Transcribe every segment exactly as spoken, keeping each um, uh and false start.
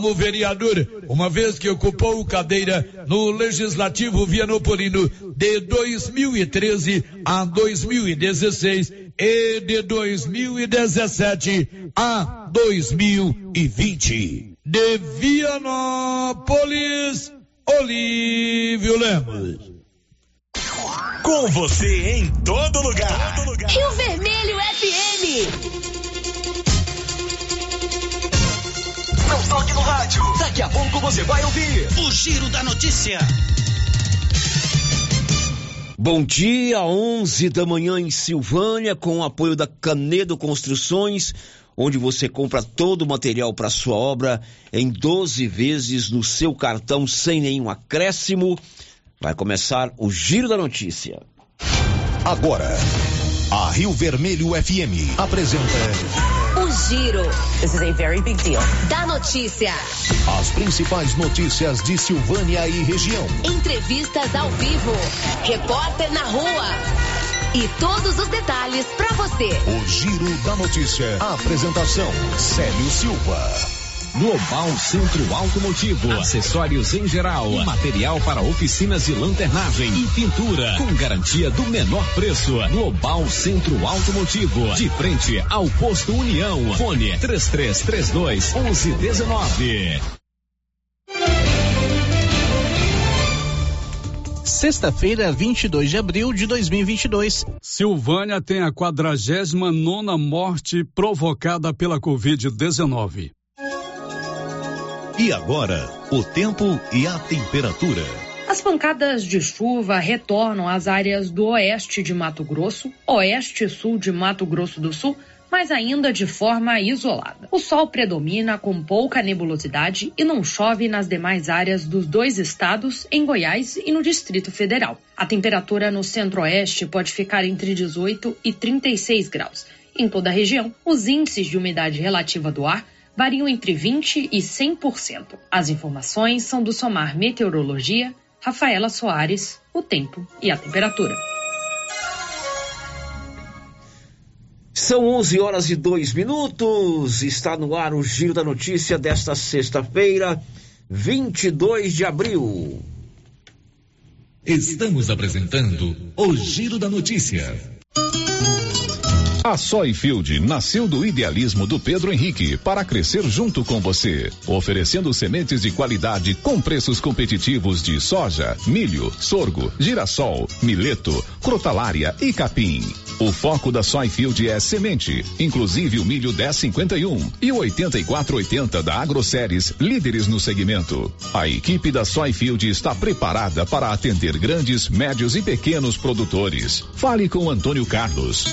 como vereador, uma vez que ocupou cadeira no Legislativo Vianopolino de dois mil e treze a dois mil e dezesseis e de dois mil e dezessete a dois mil e vinte. De Vianópolis, Olívio Lemos. Com você em todo lugar. Todo lugar. Rio Vermelho F M. Não toque no rádio. Daqui a pouco você vai ouvir o Giro da Notícia. Bom dia, onze da manhã em Silvânia, com o apoio da Canedo Construções, onde você compra todo o material para sua obra em doze vezes no seu cartão sem nenhum acréscimo. Vai começar o Giro da Notícia. Agora, a Rio Vermelho F M apresenta o Giro. This is a very big deal. Da notícia. As principais notícias de Silvânia e região. Entrevistas ao vivo. Repórter na rua. E todos os detalhes para você. O Giro da Notícia. A apresentação: Célio Silva. Global Centro Automotivo, acessórios em geral, material para oficinas de lanternagem e pintura, com garantia do menor preço. Global Centro Automotivo, de frente ao Posto União. Fone três três três dois, um um um nove. Sexta-feira, vinte e dois de abril de dois mil e vinte e dois. Silvânia tem a quadragésima nona morte provocada pela covid dezenove. E agora, o tempo e a temperatura. As pancadas de chuva retornam às áreas do oeste de Mato Grosso, oeste e sul de Mato Grosso do Sul, mas ainda de forma isolada. O sol predomina com pouca nebulosidade e não chove nas demais áreas dos dois estados, em Goiás e no Distrito Federal. A temperatura no centro-oeste pode ficar entre dezoito e trinta e seis graus. Em toda a região, os índices de umidade relativa do ar variam entre vinte e cem por cento. As informações são do Somar Meteorologia, Rafaela Soares, o tempo e a temperatura. São onze horas e dois minutos, está no ar o Giro da Notícia desta sexta-feira, vinte e dois de abril. Estamos apresentando o Giro da Notícia. A Soyfield nasceu do idealismo do Pedro Henrique para crescer junto com você, oferecendo sementes de qualidade com preços competitivos de soja, milho, sorgo, girassol, mileto, crotalária e capim. O foco da Soyfield é semente, inclusive o milho dez cinquenta e um e o oitenta e quatro oitenta da AgroSéries, líderes no segmento. A equipe da Soyfield está preparada para atender grandes, médios e pequenos produtores. Fale com Antônio Carlos.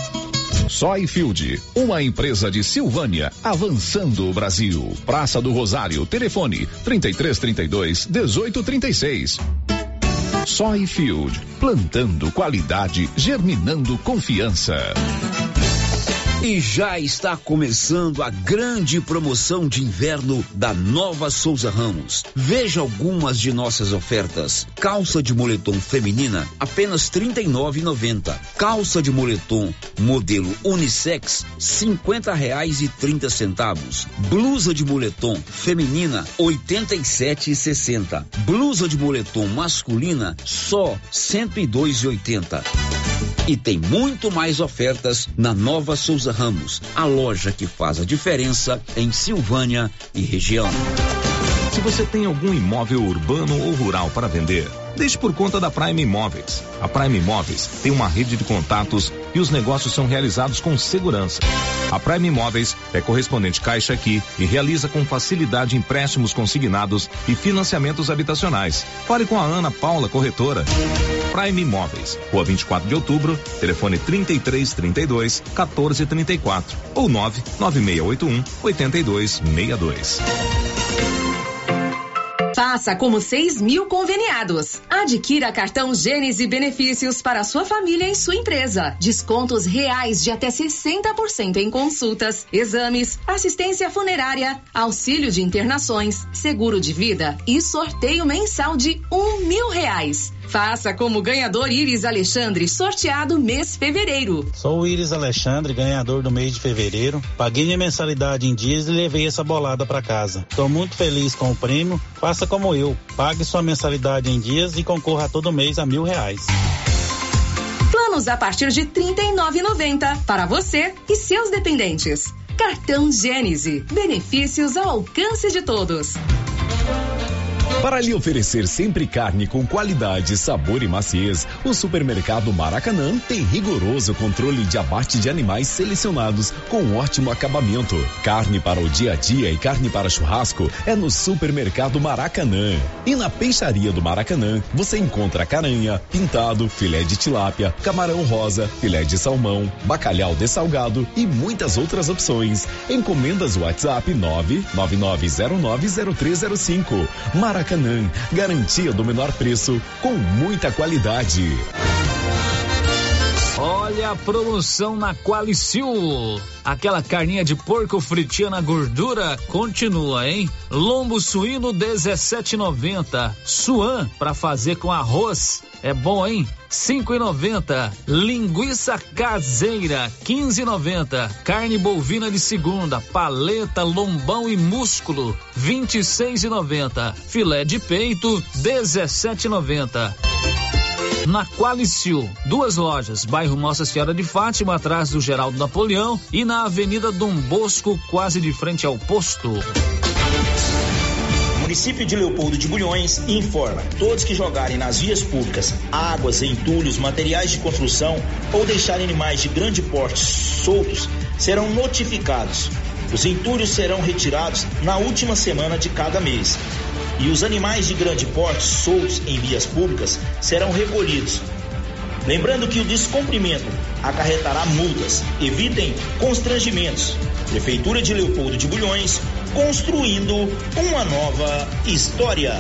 Soyfield, uma empresa de Silvânia, avançando o Brasil. Praça do Rosário, telefone trinta e três, trinta e dois, dezoito, trinta e seis. Soyfield, plantando qualidade, germinando confiança. E já está começando a grande promoção de inverno da Nova Souza Ramos. Veja algumas de nossas ofertas. Calça de moletom feminina, apenas trinta e nove reais e noventa centavos. Calça de moletom modelo unissex, cinquenta reais e trinta centavos. Blusa de moletom feminina, oitenta e sete reais e sessenta centavos. Blusa de moletom masculina, só cento e dois reais e oitenta centavos. E tem muito mais ofertas na Nova Souza Ramos, a loja que faz a diferença em Silvânia e região. Se você tem algum imóvel urbano ou rural para vender, deixe por conta da Prime Imóveis. A Prime Imóveis tem uma rede de contatos e os negócios são realizados com segurança. A Prime Imóveis é correspondente Caixa Aqui e realiza com facilidade empréstimos consignados e financiamentos habitacionais. Fale com a Ana Paula, corretora. Prime Imóveis, Rua vinte e quatro de outubro, telefone trinta e três, trinta e dois, quatorze, trinta e quatro ou nove nove seis oito um, oito dois seis dois. Faça como seis mil conveniados. Adquira cartão Gênese Benefícios para sua família e sua empresa. Descontos reais de até sessenta por cento em consultas, exames, assistência funerária, auxílio de internações, seguro de vida e sorteio mensal de um mil reais. Faça como ganhador Iris Alexandre, sorteado mês fevereiro. Sou o Iris Alexandre, ganhador do mês de fevereiro. Paguei minha mensalidade em dias e levei essa bolada para casa. Estou muito feliz com o prêmio. Faça como eu. Pague sua mensalidade em dias e concorra todo mês a mil reais. Planos a partir de trinta e nove reais e noventa centavos para você e seus dependentes. Cartão Gênese. Benefícios ao alcance de todos. Para lhe oferecer sempre carne com qualidade, sabor e maciez, o Supermercado Maracanã tem rigoroso controle de abate de animais selecionados com ótimo acabamento. Carne para o dia a dia e carne para churrasco é no Supermercado Maracanã. E na Peixaria do Maracanã, você encontra caranha, pintado, filé de tilápia, camarão rosa, filé de salmão, bacalhau dessalgado e muitas outras opções. Encomendas WhatsApp nove nove nove zero nove zero três zero cinco. Maracanã. Maracanã, garantia do menor preço com muita qualidade. Olha a promoção na Qualicil. Aquela carninha de porco fritinha na gordura continua, hein? Lombo suíno dezessete e noventa. Suan para fazer com arroz. É bom, hein? cinco e noventa. Linguiça caseira quinze e noventa. Carne bovina de segunda, paleta, lombão e músculo vinte e seis e noventa. Filé de peito dezessete e noventa. Na Qualicil, duas lojas, bairro Nossa Senhora de Fátima, atrás do Geraldo Napoleão, e na Avenida Dom Bosco, quase de frente ao posto. O município de Leopoldo de Bulhões informa: todos que jogarem nas vias públicas águas, entulhos, materiais de construção ou deixarem animais de grande porte soltos serão notificados. Os entulhos serão retirados na última semana de cada mês. E os animais de grande porte soltos em vias públicas serão recolhidos. Lembrando que o descumprimento acarretará multas. Evitem constrangimentos. Prefeitura de Leopoldo de Bulhões, construindo uma nova história.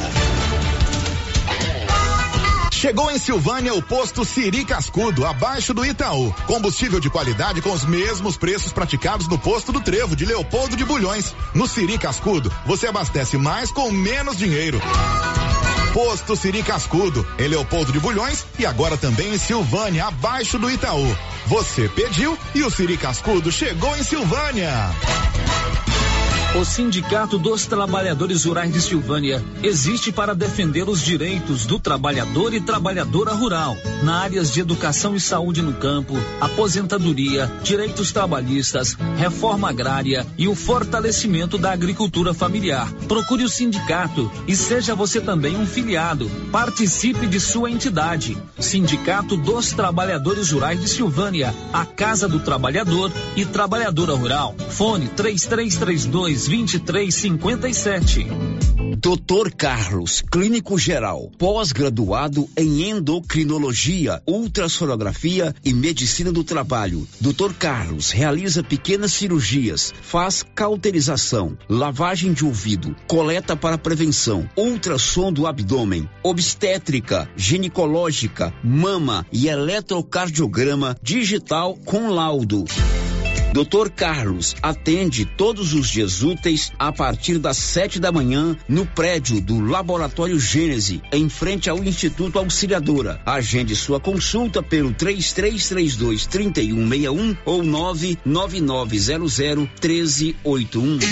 Chegou em Silvânia o posto Siri Cascudo, abaixo do Itaú. Combustível de qualidade com os mesmos preços praticados no posto do Trevo, de Leopoldo de Bulhões. No Siri Cascudo, você abastece mais com menos dinheiro. Posto Siri Cascudo, em Leopoldo de Bulhões e agora também em Silvânia, abaixo do Itaú. Você pediu e o Siri Cascudo chegou em Silvânia. O Sindicato dos Trabalhadores Rurais de Silvânia existe para defender os direitos do trabalhador e trabalhadora rural, na áreas de educação e saúde no campo, aposentadoria, direitos trabalhistas, reforma agrária e o fortalecimento da agricultura familiar. Procure o sindicato e seja você também um filiado. Participe de sua entidade. Sindicato dos Trabalhadores Rurais de Silvânia, a Casa do Trabalhador e Trabalhadora Rural. Fone três três três dois vinte e três cinquenta e sete. doutor Carlos, clínico geral, pós-graduado em endocrinologia, ultrassonografia e medicina do trabalho. doutor Carlos realiza pequenas cirurgias, faz cauterização, lavagem de ouvido, coleta para prevenção, ultrassom do abdômen, obstétrica, ginecológica, mama e eletrocardiograma digital com laudo. doutor Carlos atende todos os dias úteis a partir das sete da manhã no prédio do Laboratório Gênese, em frente ao Instituto Auxiliadora. Agende sua consulta pelo três três três dois, três um seis um ou nove nove nove zero zero um três oito um.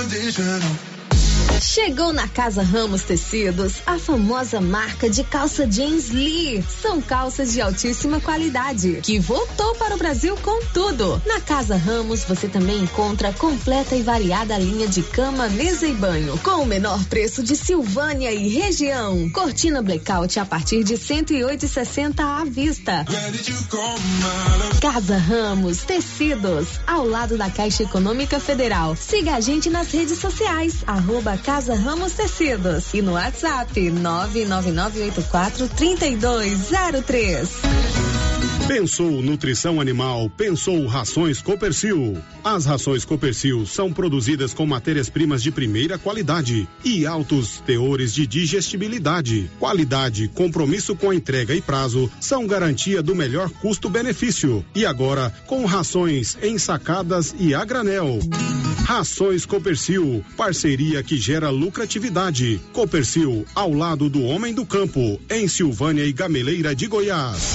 Chegou na Casa Ramos Tecidos a famosa marca de calça jeans Lee. São calças de altíssima qualidade que voltou para o Brasil com tudo. Na Casa Ramos você também encontra completa e variada linha de cama, mesa e banho com o menor preço de Silvânia e região. Cortina blackout a partir de cento e oito reais e sessenta centavos à vista. Casa Ramos Tecidos, ao lado da Caixa Econômica Federal. Siga a gente nas redes sociais, arroba Casa Ramos Tecidos e no WhatsApp nove nove nove oito quatro três dois zero três. Pensou nutrição animal, pensou rações Copercil. As rações Copercil são produzidas com matérias-primas de primeira qualidade e altos teores de digestibilidade. Qualidade, compromisso com a entrega e prazo são garantia do melhor custo-benefício. E agora, com rações ensacadas e a granel. Rações Copercil, parceria que gera lucratividade. Copercil, ao lado do homem do campo, em Silvânia e Gameleira de Goiás.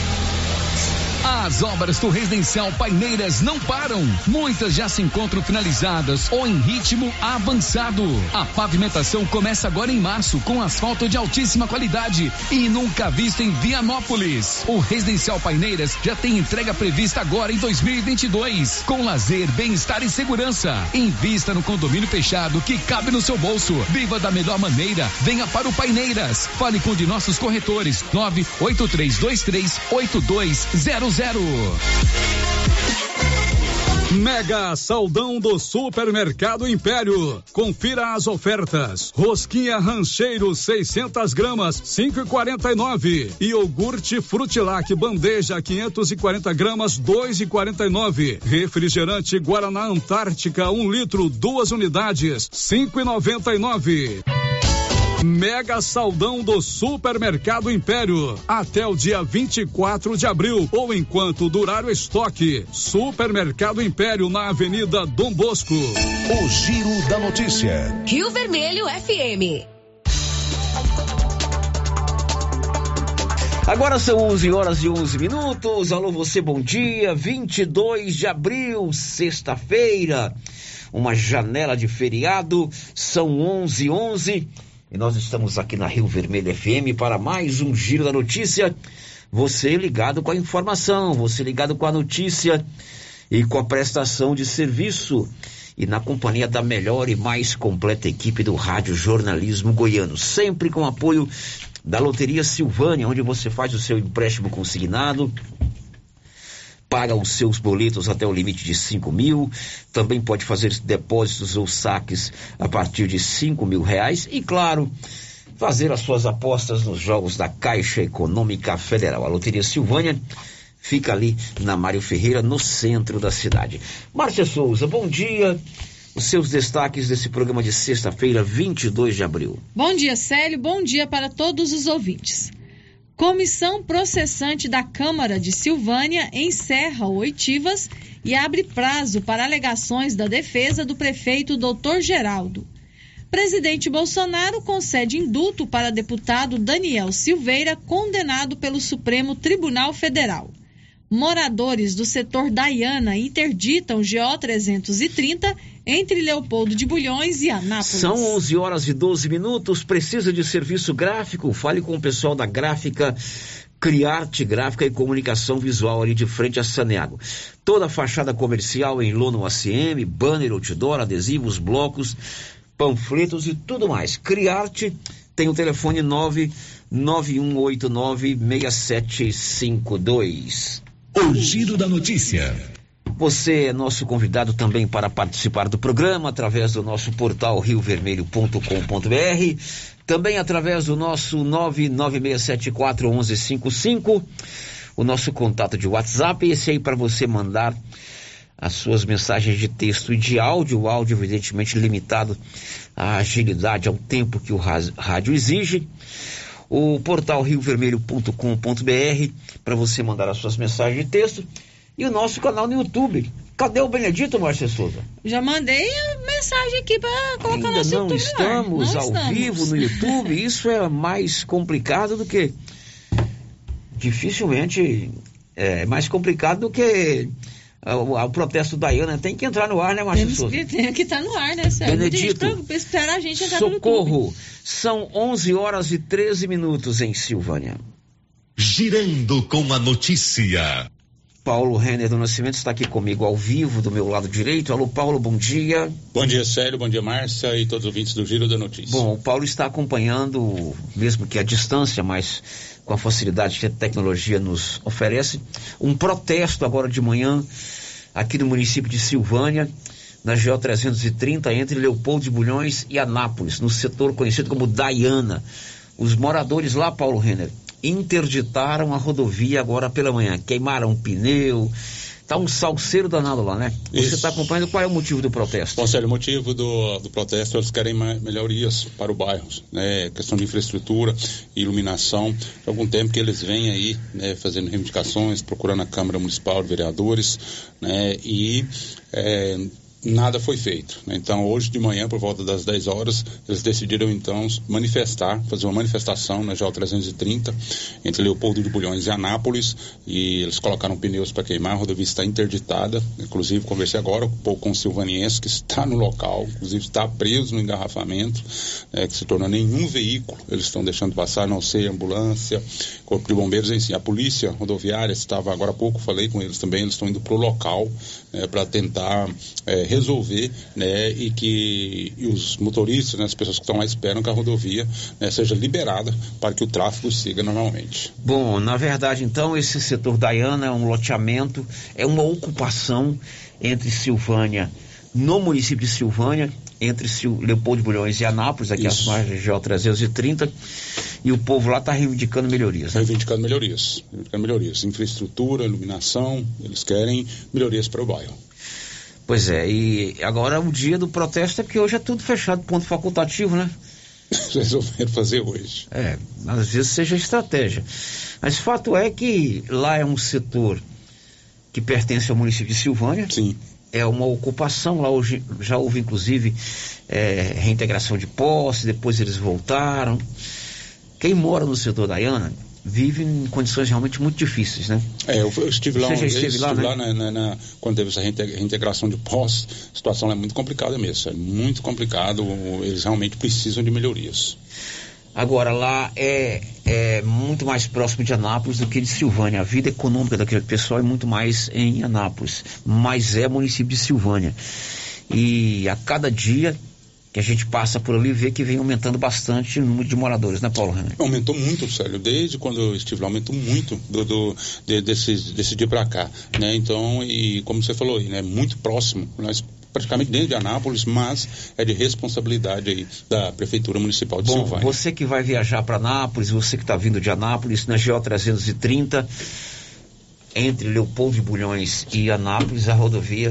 As obras do Residencial Paineiras não param. Muitas já se encontram finalizadas ou em ritmo avançado. A pavimentação começa agora em março com asfalto de altíssima qualidade e nunca visto em Vianópolis. O Residencial Paineiras já tem entrega prevista agora em dois mil e vinte e dois, com lazer, bem-estar e segurança. Invista no condomínio fechado que cabe no seu bolso. Viva da melhor maneira. Venha para o Paineiras. Fale com um de nossos corretores. nove oito três dois três oito dois zero zero. Mega Saldão do Supermercado Império. Confira as ofertas. Rosquinha Rancheiro seiscentas gramas, cinco e quarenta e nove. Iogurte Frutilac bandeja quinhentos e quarenta gramas, dois e quarenta e nove. Refrigerante Guaraná Antártica um litro, duas unidades, cinco e noventa e nove. Mega Saldão do Supermercado Império. Até o dia vinte e quatro de abril ou enquanto durar o estoque. Supermercado Império na Avenida Dom Bosco. O Giro da Notícia. Rio Vermelho F M. Agora são onze horas e onze minutos. Alô, você, bom dia. vinte e dois de abril, sexta-feira. Uma janela de feriado. São onze e onze. E nós estamos aqui na Rio Vermelho F M para mais um Giro da Notícia. Você ligado com a informação, você ligado com a notícia e com a prestação de serviço. E na companhia da melhor e mais completa equipe do Rádio Jornalismo Goiano. Sempre com apoio da Loteria Silvânia, onde você faz o seu empréstimo consignado, paga os seus boletos até o limite de cinco mil, também pode fazer depósitos ou saques a partir de cinco mil reais e, claro, fazer as suas apostas nos jogos da Caixa Econômica Federal. A Loteria Silvânia fica ali na Mário Ferreira, no centro da cidade. Márcia Souza, bom dia. Os seus destaques desse programa de sexta-feira, vinte e dois de abril. Bom dia, Célio. Bom dia para todos os ouvintes. Comissão processante da Câmara de Silvânia encerra oitivas e abre prazo para alegações da defesa do prefeito doutor Geraldo. Presidente Bolsonaro concede indulto para deputado Daniel Silveira, condenado pelo Supremo Tribunal Federal. Moradores do setor Daiana interditam G O trezentos e trinta entre Leopoldo de Bulhões e Anápolis. São onze horas e doze minutos. Precisa de serviço gráfico? Fale com o pessoal da Gráfica Criarte Gráfica e Comunicação Visual, ali de frente a Saneago. Toda a fachada comercial em lona A C M, banner, outdoor, adesivos, blocos, panfletos e tudo mais. Criarte tem o telefone nove nove um oito nove seis sete cinco dois. O Giro da Notícia. Você é nosso convidado também para participar do programa através do nosso portal rio vermelho ponto com ponto b r, também através do nosso nove nove seis sete quatro um um cinco cinco, o nosso contato de WhatsApp, esse aí para você mandar as suas mensagens de texto e de áudio, o áudio evidentemente limitado à agilidade, ao tempo que o rádio exige. O portal rio vermelho ponto com ponto b r para você mandar as suas mensagens de texto e o nosso canal no YouTube. Cadê o Benedito, Márcia Souza? Já mandei a mensagem aqui para colocar Ainda nosso não YouTube estamos não ao estamos. vivo no YouTube. Isso é mais complicado do que dificilmente é mais complicado do que o, o protesto da Iana. Tem que entrar no ar, né, Márcia Temos Souza? que, tem que estar no ar, né, Sérgio? Benedito, Gente, pra esperar a gente entrar no socorro. YouTube. São onze horas e treze minutos em Silvânia. Girando com a notícia. Paulo Renner do Nascimento está aqui comigo ao vivo, do meu lado direito. Alô, Paulo, bom dia. Bom dia, Célio, bom dia, Márcia e todos os ouvintes do Giro da Notícia. Bom, o Paulo está acompanhando, mesmo que à distância, mas com a facilidade que a tecnologia nos oferece, um protesto agora de manhã aqui no município de Silvânia, na G O trezentos e trinta, entre Leopoldo de Bulhões e Anápolis, no setor conhecido como Daiana. Os moradores lá, Paulo Renner, interditaram a rodovia agora pela manhã, queimaram um pneu, tá um salseiro danado lá, né? Você está acompanhando, qual é o motivo do protesto? Bom, Sérgio, o motivo do, do protesto, eles querem melhorias para o bairro, né? Questão de infraestrutura e iluminação. Há algum tempo que eles vêm aí, né, fazendo reivindicações, procurando a Câmara Municipal de Vereadores, né? E é, nada foi feito, né? Então hoje de manhã, por volta das dez horas, eles decidiram então manifestar, fazer uma manifestação na G O trezentos e trinta entre Leopoldo de Bulhões e Anápolis, e eles colocaram pneus para queimar. A rodovia está interditada, inclusive conversei agora um pouco com o silvaniense que está no local, inclusive está preso no engarrafamento, né, que se tornou nenhum veículo, eles estão deixando passar, não sei, ambulância, corpo de bombeiros em si. A polícia rodoviária estava agora há pouco, falei com eles também, eles estão indo para o local, né, para tentar é, resolver, né, e que e os motoristas, né, as pessoas que estão lá esperam que a rodovia, né, seja liberada para que o tráfego siga normalmente. Bom, na verdade, então, esse setor Daiana é um loteamento, é uma ocupação entre Silvânia, no município de Silvânia, entre Sil, Leopoldo de Bulhões e Anápolis, aqui as margens G O trezentos e trinta, e o povo lá está reivindicando melhorias. Né? Reivindicando melhorias, reivindicando melhorias, infraestrutura, iluminação, eles querem melhorias para o bairro. Pois é, e agora o dia do protesto é porque hoje é tudo fechado, ponto facultativo, né? Resolveram fazer hoje. É, às vezes seja estratégia. Mas fato é que lá é um setor que pertence ao município de Silvânia. Sim. É uma ocupação, lá hoje já houve inclusive é, reintegração de posse, depois eles voltaram. Quem mora no setor Daiana vive em condições realmente muito difíceis, né? É, eu, eu estive lá, Você uma já vez, esteve lá, estive né? lá na, na, na, quando teve essa reintegração de posse, a situação é muito complicada mesmo, é muito complicado, eles realmente precisam de melhorias. Agora, lá é, é muito mais próximo de Anápolis do que de Silvânia. A vida econômica daquele pessoal é muito mais em Anápolis, mas é município de Silvânia. E a cada dia que a gente passa por ali, vê que vem aumentando bastante o número de moradores, né, Paulo Renner? Aumentou muito, Célio, desde quando eu estive lá, aumentou muito do, do, de, desse, desse dia para cá, né? Então, e como você falou aí, né, muito próximo, nós praticamente dentro de Anápolis, mas é de responsabilidade aí da Prefeitura Municipal de Bom, Silvânia. Você que vai viajar para Anápolis, você que está vindo de Anápolis, na G O trezentos e trinta, entre Leopoldo de Bulhões e Anápolis, a rodovia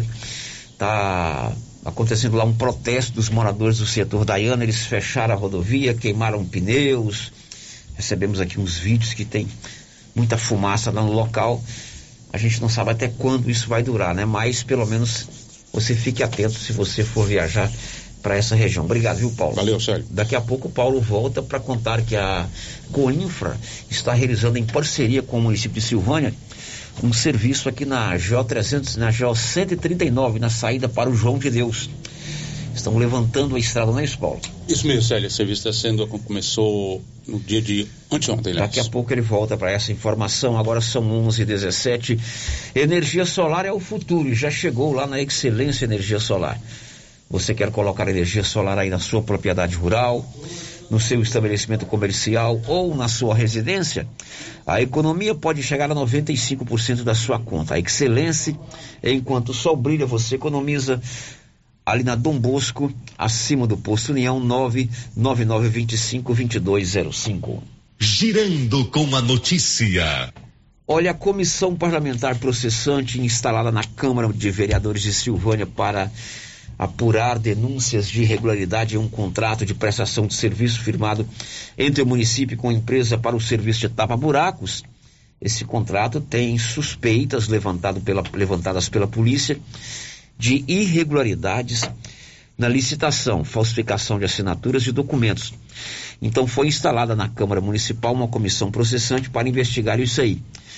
está acontecendo lá um protesto dos moradores do setor Daiana. Eles fecharam a rodovia, queimaram pneus, recebemos aqui uns vídeos que tem muita fumaça lá no local. A gente não sabe até quando isso vai durar, né? Mas pelo menos você fique atento se você for viajar para essa região. Obrigado, viu, Paulo? Valeu, Sérgio. Daqui a pouco o Paulo volta para contar que a Coinfra está realizando em parceria com o município de Silvânia um serviço aqui na G O trezentos, na G O cento e trinta e nove, na saída para o João de Deus. Estão levantando a estrada, não é isso, Paulo? Isso mesmo, Célio. Esse serviço está sendo, começou no dia de anteontem, né? Daqui a pouco ele volta para essa informação. Agora são onze e dezessete. Energia solar é o futuro e já chegou lá na Excelência Energia Solar. Você quer colocar energia solar aí na sua propriedade rural, no seu estabelecimento comercial ou na sua residência? A economia pode chegar a noventa e cinco por cento da sua conta. A Excelência, enquanto o sol brilha, você economiza. Ali na Dom Bosco, acima do Posto União, nove nove nove dois cinco dois dois zero cinco. Girando com a notícia. Olha, a comissão parlamentar processante instalada na Câmara de Vereadores de Silvânia para apurar denúncias de irregularidade em um contrato de prestação de serviço firmado entre o município com a empresa para o serviço de tapa-buracos. Esse contrato tem suspeitas levantado pela, levantadas pela polícia de irregularidades na licitação, falsificação de assinaturas e documentos. Então foi instalada na Câmara Municipal uma comissão processante para investigar isso aí.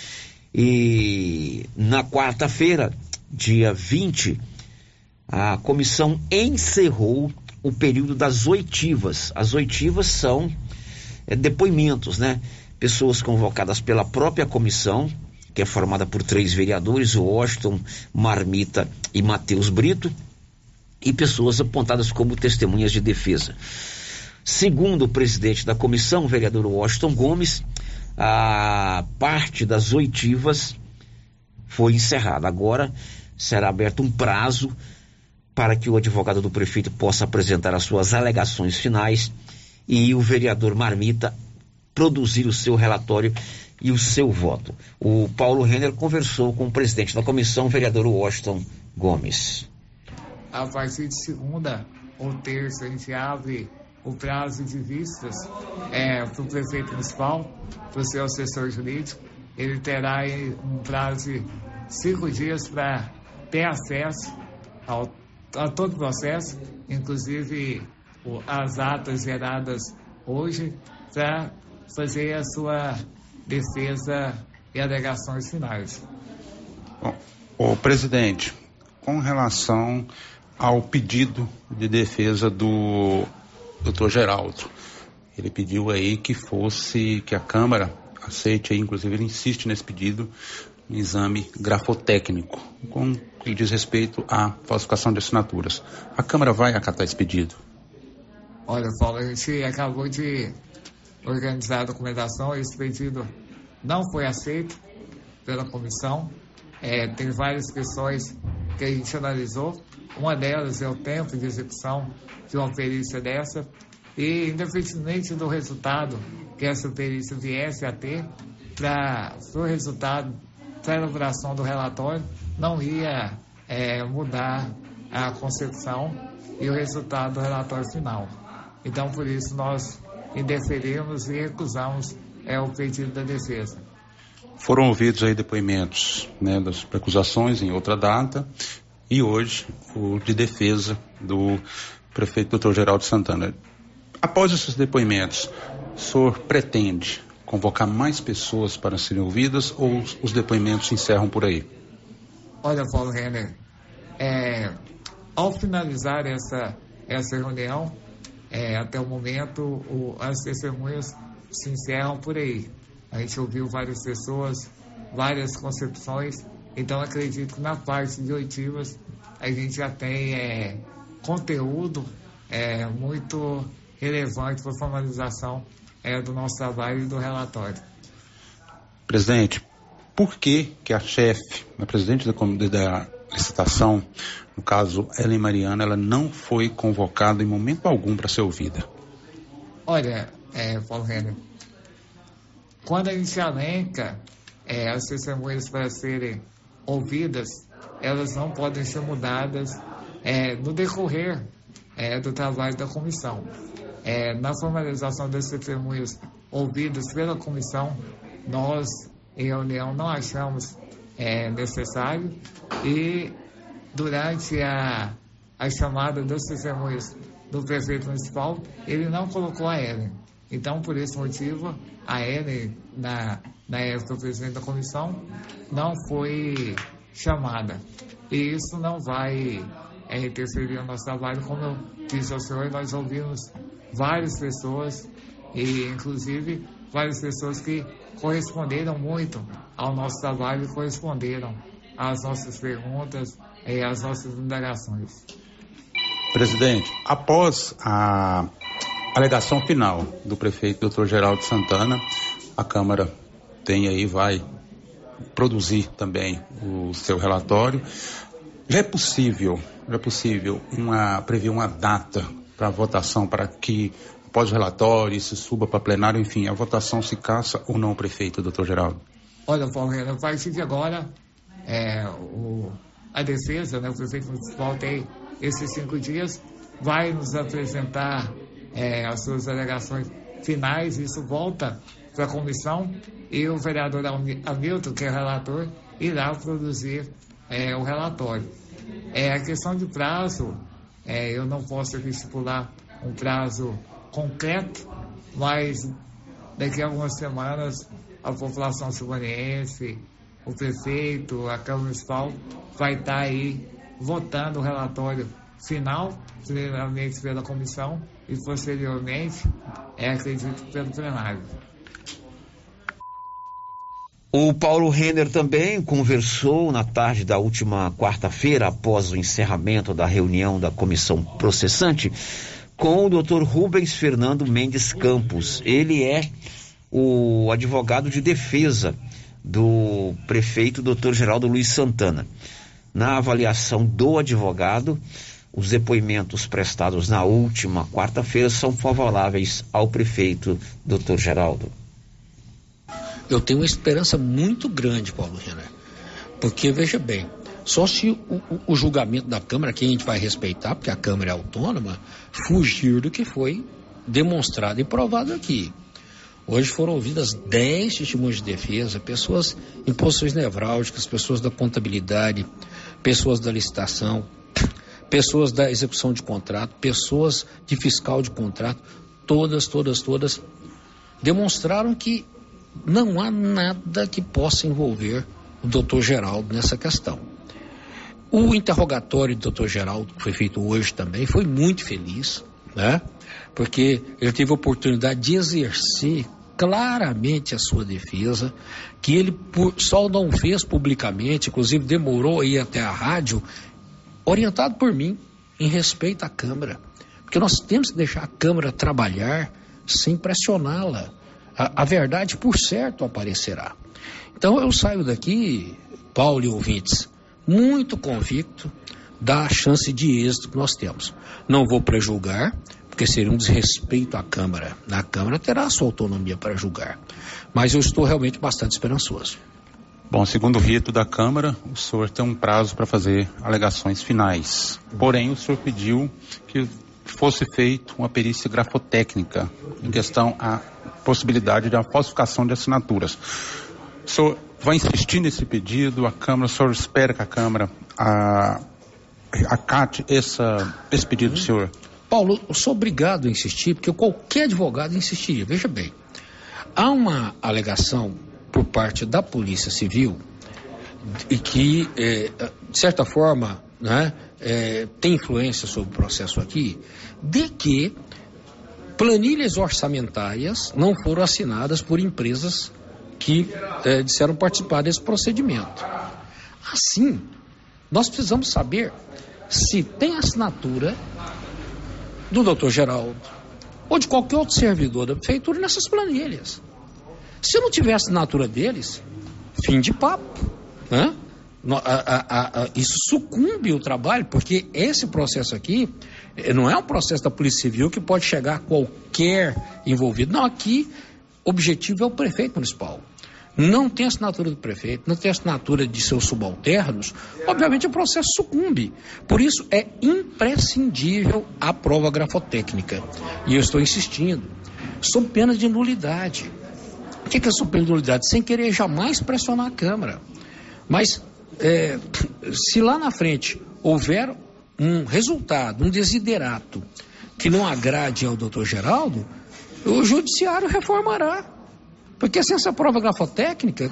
E na quarta-feira, dia vinte, a comissão encerrou o período das oitivas. As oitivas são é, depoimentos, né? Pessoas convocadas pela própria comissão, que é formada por três vereadores, o Washington, Marmita e Matheus Brito, e pessoas apontadas como testemunhas de defesa. Segundo o presidente da comissão, o vereador Washington Gomes, a parte das oitivas foi encerrada. Agora será aberto um prazo para que o advogado do prefeito possa apresentar as suas alegações finais e o vereador Marmita produzir o seu relatório e o seu voto. O Paulo Renner conversou com o presidente da comissão, o vereador Washington Gomes. A partir de segunda ou terça, a gente abre o prazo de vistas é, para o prefeito municipal, para o seu assessor jurídico. Ele terá aí um prazo de cinco dias para ter acesso ao a todo o processo, inclusive o, as atas geradas hoje, para fazer a sua defesa e alegações finais. Bom, o presidente, com relação ao pedido de defesa do doutor Geraldo, ele pediu aí que fosse, que a Câmara aceite aí, inclusive ele insiste nesse pedido, um exame grafotécnico, com que diz respeito à falsificação de assinaturas. A Câmara vai acatar esse pedido? Olha, Paulo, a gente acabou de organizar a documentação, esse pedido não foi aceito pela comissão. É, tem várias questões que a gente analisou. Uma delas é o tempo de execução de uma perícia dessa. E, independentemente do resultado que essa perícia viesse a ter, para o resultado, para a elaboração do relatório, não ia é, mudar a concepção e o resultado do relatório final. Então, por isso, nós indeferimos e recusamos é, o pedido da defesa. Foram ouvidos aí depoimentos, né, das acusações em outra data e hoje o de defesa do prefeito doutor Geraldo Santana. Após esses depoimentos, o senhor pretende convocar mais pessoas para serem ouvidas ou os depoimentos se encerram por aí? Olha, Paulo Renner, é, ao finalizar essa, essa reunião, é, até o momento, o, as testemunhas se encerram por aí. A gente ouviu várias pessoas, várias concepções, então acredito que na parte de oitivas a gente já tem é, conteúdo é, muito relevante para a formalização é, do nosso trabalho e do relatório. Presidente, por que que a chefe, a presidente da, da licitação, no caso Ellen Mariana, ela não foi convocada em momento algum para ser ouvida? Olha, é, Paulo Renner, quando a gente elenca é, as testemunhas para serem ouvidas, elas não podem ser mudadas é, no decorrer é, do trabalho da comissão. É, na formalização das testemunhas ouvidas pela comissão, nós, em reunião, não achamos é, necessário e durante a, a chamada das testemunhas do prefeito municipal, ele não colocou a Ellen. Então, por esse motivo, a Ellen, na, na época presidente da comissão, não foi chamada. E isso não vai é, interferir no nosso trabalho. Como eu disse ao senhor, nós ouvimos várias pessoas, e inclusive várias pessoas que corresponderam muito ao nosso trabalho e corresponderam às nossas perguntas e às nossas indagações. Presidente, após a alegação final do prefeito doutor Geraldo Santana, a Câmara tem aí, vai produzir também o seu relatório. Já é possível, já é possível uma, prever uma data para a votação, para que após o relatório se suba para plenário, enfim, a votação se caça ou não o prefeito, doutor Geraldo? Olha, Paulo, a partir de agora, é, o, a defesa, né, o prefeito municipal tem esses cinco dias, vai nos apresentar é, as suas alegações finais, isso volta para a comissão e o vereador Hamilton, que é relator, irá produzir é, o relatório. É, a questão de prazo, é, eu não posso aqui estipular um prazo concreto, mas daqui a algumas semanas a população silvaniense, o prefeito, a Câmara Municipal vai estar aí votando o relatório final, primeiramente pela comissão e posteriormente, é, acredito, pelo plenário. O Paulo Renner também conversou na tarde da última quarta-feira, após o encerramento da reunião da comissão processante, com o doutor Rubens Fernando Mendes Campos. Ele é o advogado de defesa do prefeito doutor Geraldo Luiz Santana. Na avaliação do advogado, os depoimentos prestados na última quarta-feira são favoráveis ao prefeito doutor Geraldo. Eu tenho uma esperança muito grande, Paulo Renner, porque, veja bem, só se o, o, o julgamento da Câmara, que a gente vai respeitar, porque a Câmara é autônoma, fugir do que foi demonstrado e provado aqui. Hoje foram ouvidas dez testemunhas de defesa, pessoas em posições nevrálgicas, pessoas da contabilidade, pessoas da licitação, pessoas da execução de contrato, pessoas de fiscal de contrato, todas, todas, todas demonstraram que não há nada que possa envolver o doutor Geraldo nessa questão. O interrogatório do doutor Geraldo, que foi feito hoje também, foi muito feliz, né? Porque ele teve a oportunidade de exercer claramente a sua defesa, que ele por, só não fez publicamente, inclusive demorou a ir até a rádio, orientado por mim, em respeito à Câmara. Porque nós temos que deixar a Câmara trabalhar sem pressioná-la. A, a verdade, por certo, aparecerá. Então eu saio daqui, Paulo e ouvintes, muito convicto da chance de êxito que nós temos. Não vou prejulgar, porque seria um desrespeito à Câmara. A Câmara terá a sua autonomia para julgar. Mas eu estou realmente bastante esperançoso. Bom, segundo o rito da Câmara, o senhor tem um prazo para fazer alegações finais. Porém, o senhor pediu que fosse feita uma perícia grafotécnica em questão à possibilidade da falsificação de assinaturas. O senhor vai insistir nesse pedido? A Câmara, o senhor espera que a Câmara a, acate essa, esse pedido do senhor? Paulo, eu sou obrigado a insistir, porque qualquer advogado insistiria. Veja bem, há uma alegação por parte da Polícia Civil e que, é, de certa forma, né, é, tem influência sobre o processo aqui, de que planilhas orçamentárias não foram assinadas por empresas que é, disseram participar desse procedimento. Assim, nós precisamos saber se tem assinatura do doutor Geraldo ou de qualquer outro servidor da prefeitura nessas planilhas. Se não tiver assinatura deles, fim de papo, né? A, a, a, isso sucumbe o trabalho, porque esse processo aqui não é um processo da Polícia Civil que pode chegar a qualquer envolvido. Não, aqui o objetivo é o prefeito municipal. Não tem assinatura do prefeito, não tem assinatura de seus subalternos, obviamente o processo sucumbe. Por isso é imprescindível a prova grafotécnica. E eu estou insistindo, sob pena de nulidade. O que é sob pena de nulidade? Sem querer jamais pressionar a Câmara. Mas é, se lá na frente houver um resultado, um desiderato que não agrade ao doutor Geraldo, o judiciário reformará. Porque sem essa prova grafotécnica,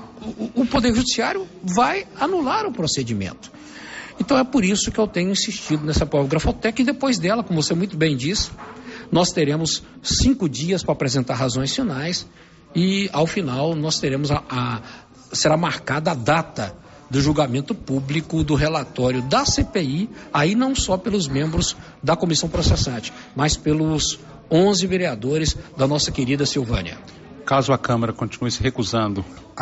o, o Poder Judiciário vai anular o procedimento. Então é por isso que eu tenho insistido nessa prova grafotécnica, e depois dela, como você muito bem disse, nós teremos cinco dias para apresentar razões finais e ao final nós teremos a, a será marcada a data do julgamento público do relatório da C P I, aí não só pelos membros da comissão processante, mas pelos onze vereadores da nossa querida Silvânia. Caso a Câmara continue se recusando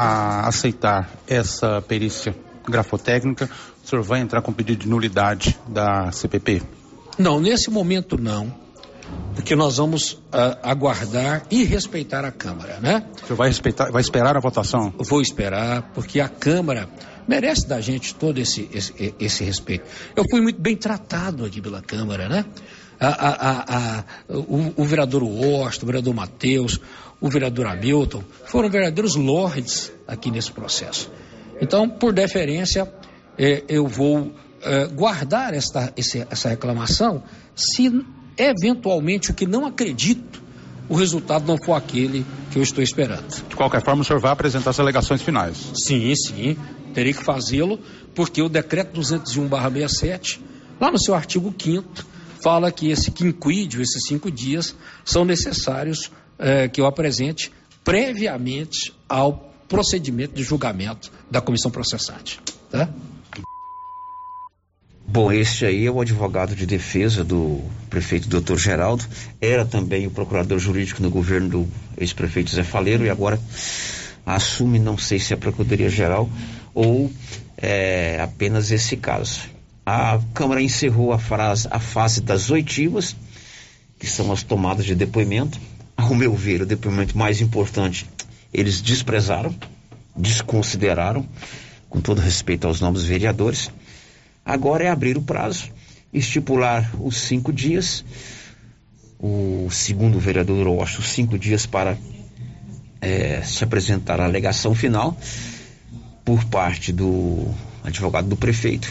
a aceitar essa perícia grafotécnica, o senhor vai entrar com pedido de nulidade da C P P? Não, nesse momento não, porque nós vamos uh, aguardar e respeitar a Câmara, né? O senhor vai, respeitar, vai esperar a votação? Vou esperar, porque a Câmara merece da gente todo esse, esse, esse respeito. Eu fui muito bem tratado aqui pela Câmara, né? A, a, a, a, o, o vereador Washington, o vereador Matheus, o vereador Hamilton, foram verdadeiros lords aqui nesse processo. Então, por deferência, eh, eu vou eh, guardar esta, esse, essa reclamação se eventualmente, o que não acredito, o resultado não for aquele que eu estou esperando. De qualquer forma, o senhor vai apresentar as alegações finais? Sim, sim, terei que fazê-lo, porque o decreto duzentos e um barra sessenta e sete, lá no seu artigo quinto, fala que esse quinquídio, esses cinco dias, são necessários eh, que eu apresente previamente ao procedimento de julgamento da comissão processante, tá? Bom, este aí é o advogado de defesa do prefeito doutor Geraldo, era também o procurador jurídico no governo do ex-prefeito Zé Faleiro e agora assume, não sei se é a Procuradoria-Geral ou é, apenas esse caso. A Câmara encerrou a, frase, a fase das oitivas, que são as tomadas de depoimento. Ao meu ver, o depoimento mais importante, eles desprezaram, desconsideraram, com todo respeito aos novos vereadores. Agora é abrir o prazo, estipular os cinco dias, o segundo vereador Washington, cinco dias para é, se apresentar a alegação final por parte do advogado do prefeito.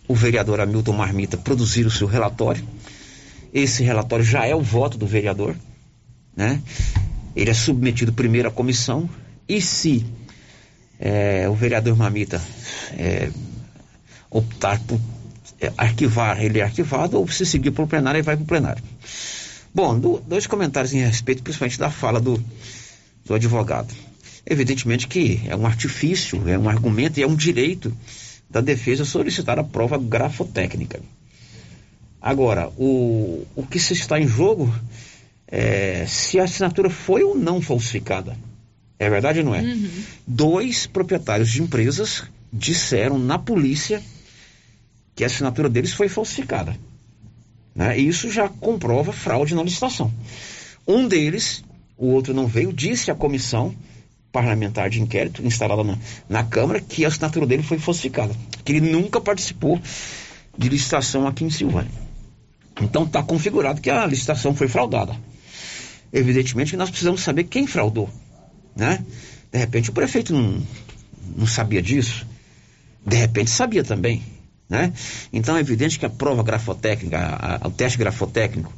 o vereador Hamilton Marmita produzir o seu relatório. Esse relatório já é o voto do vereador, né? Ele é submetido primeiro à comissão e se é, o vereador Marmita é, optar por é, arquivar, ele é arquivado, ou se seguir para o plenário, ele vai para o plenário. Bom, do, dois comentários em respeito, principalmente da fala do, do advogado. Evidentemente que é um artifício, é um argumento e é um direito da defesa solicitar a prova grafotécnica. Agora, o, o que se está em jogo é se a assinatura foi ou não falsificada. É verdade ou não é? Uhum. Dois proprietários de empresas disseram na polícia que a assinatura deles foi falsificada, né? E isso já comprova fraude na licitação. Um deles, o outro não veio, disse à comissão parlamentar de inquérito instalada na, na Câmara que a assinatura dele foi falsificada, que ele nunca participou de licitação aqui em Silvânia. Então está configurado que a licitação foi fraudada. Evidentemente que nós precisamos saber quem fraudou, né? De repente o prefeito não, não sabia disso, de repente sabia também, né? Então é evidente que a prova grafotécnica, a, a, o teste grafotécnico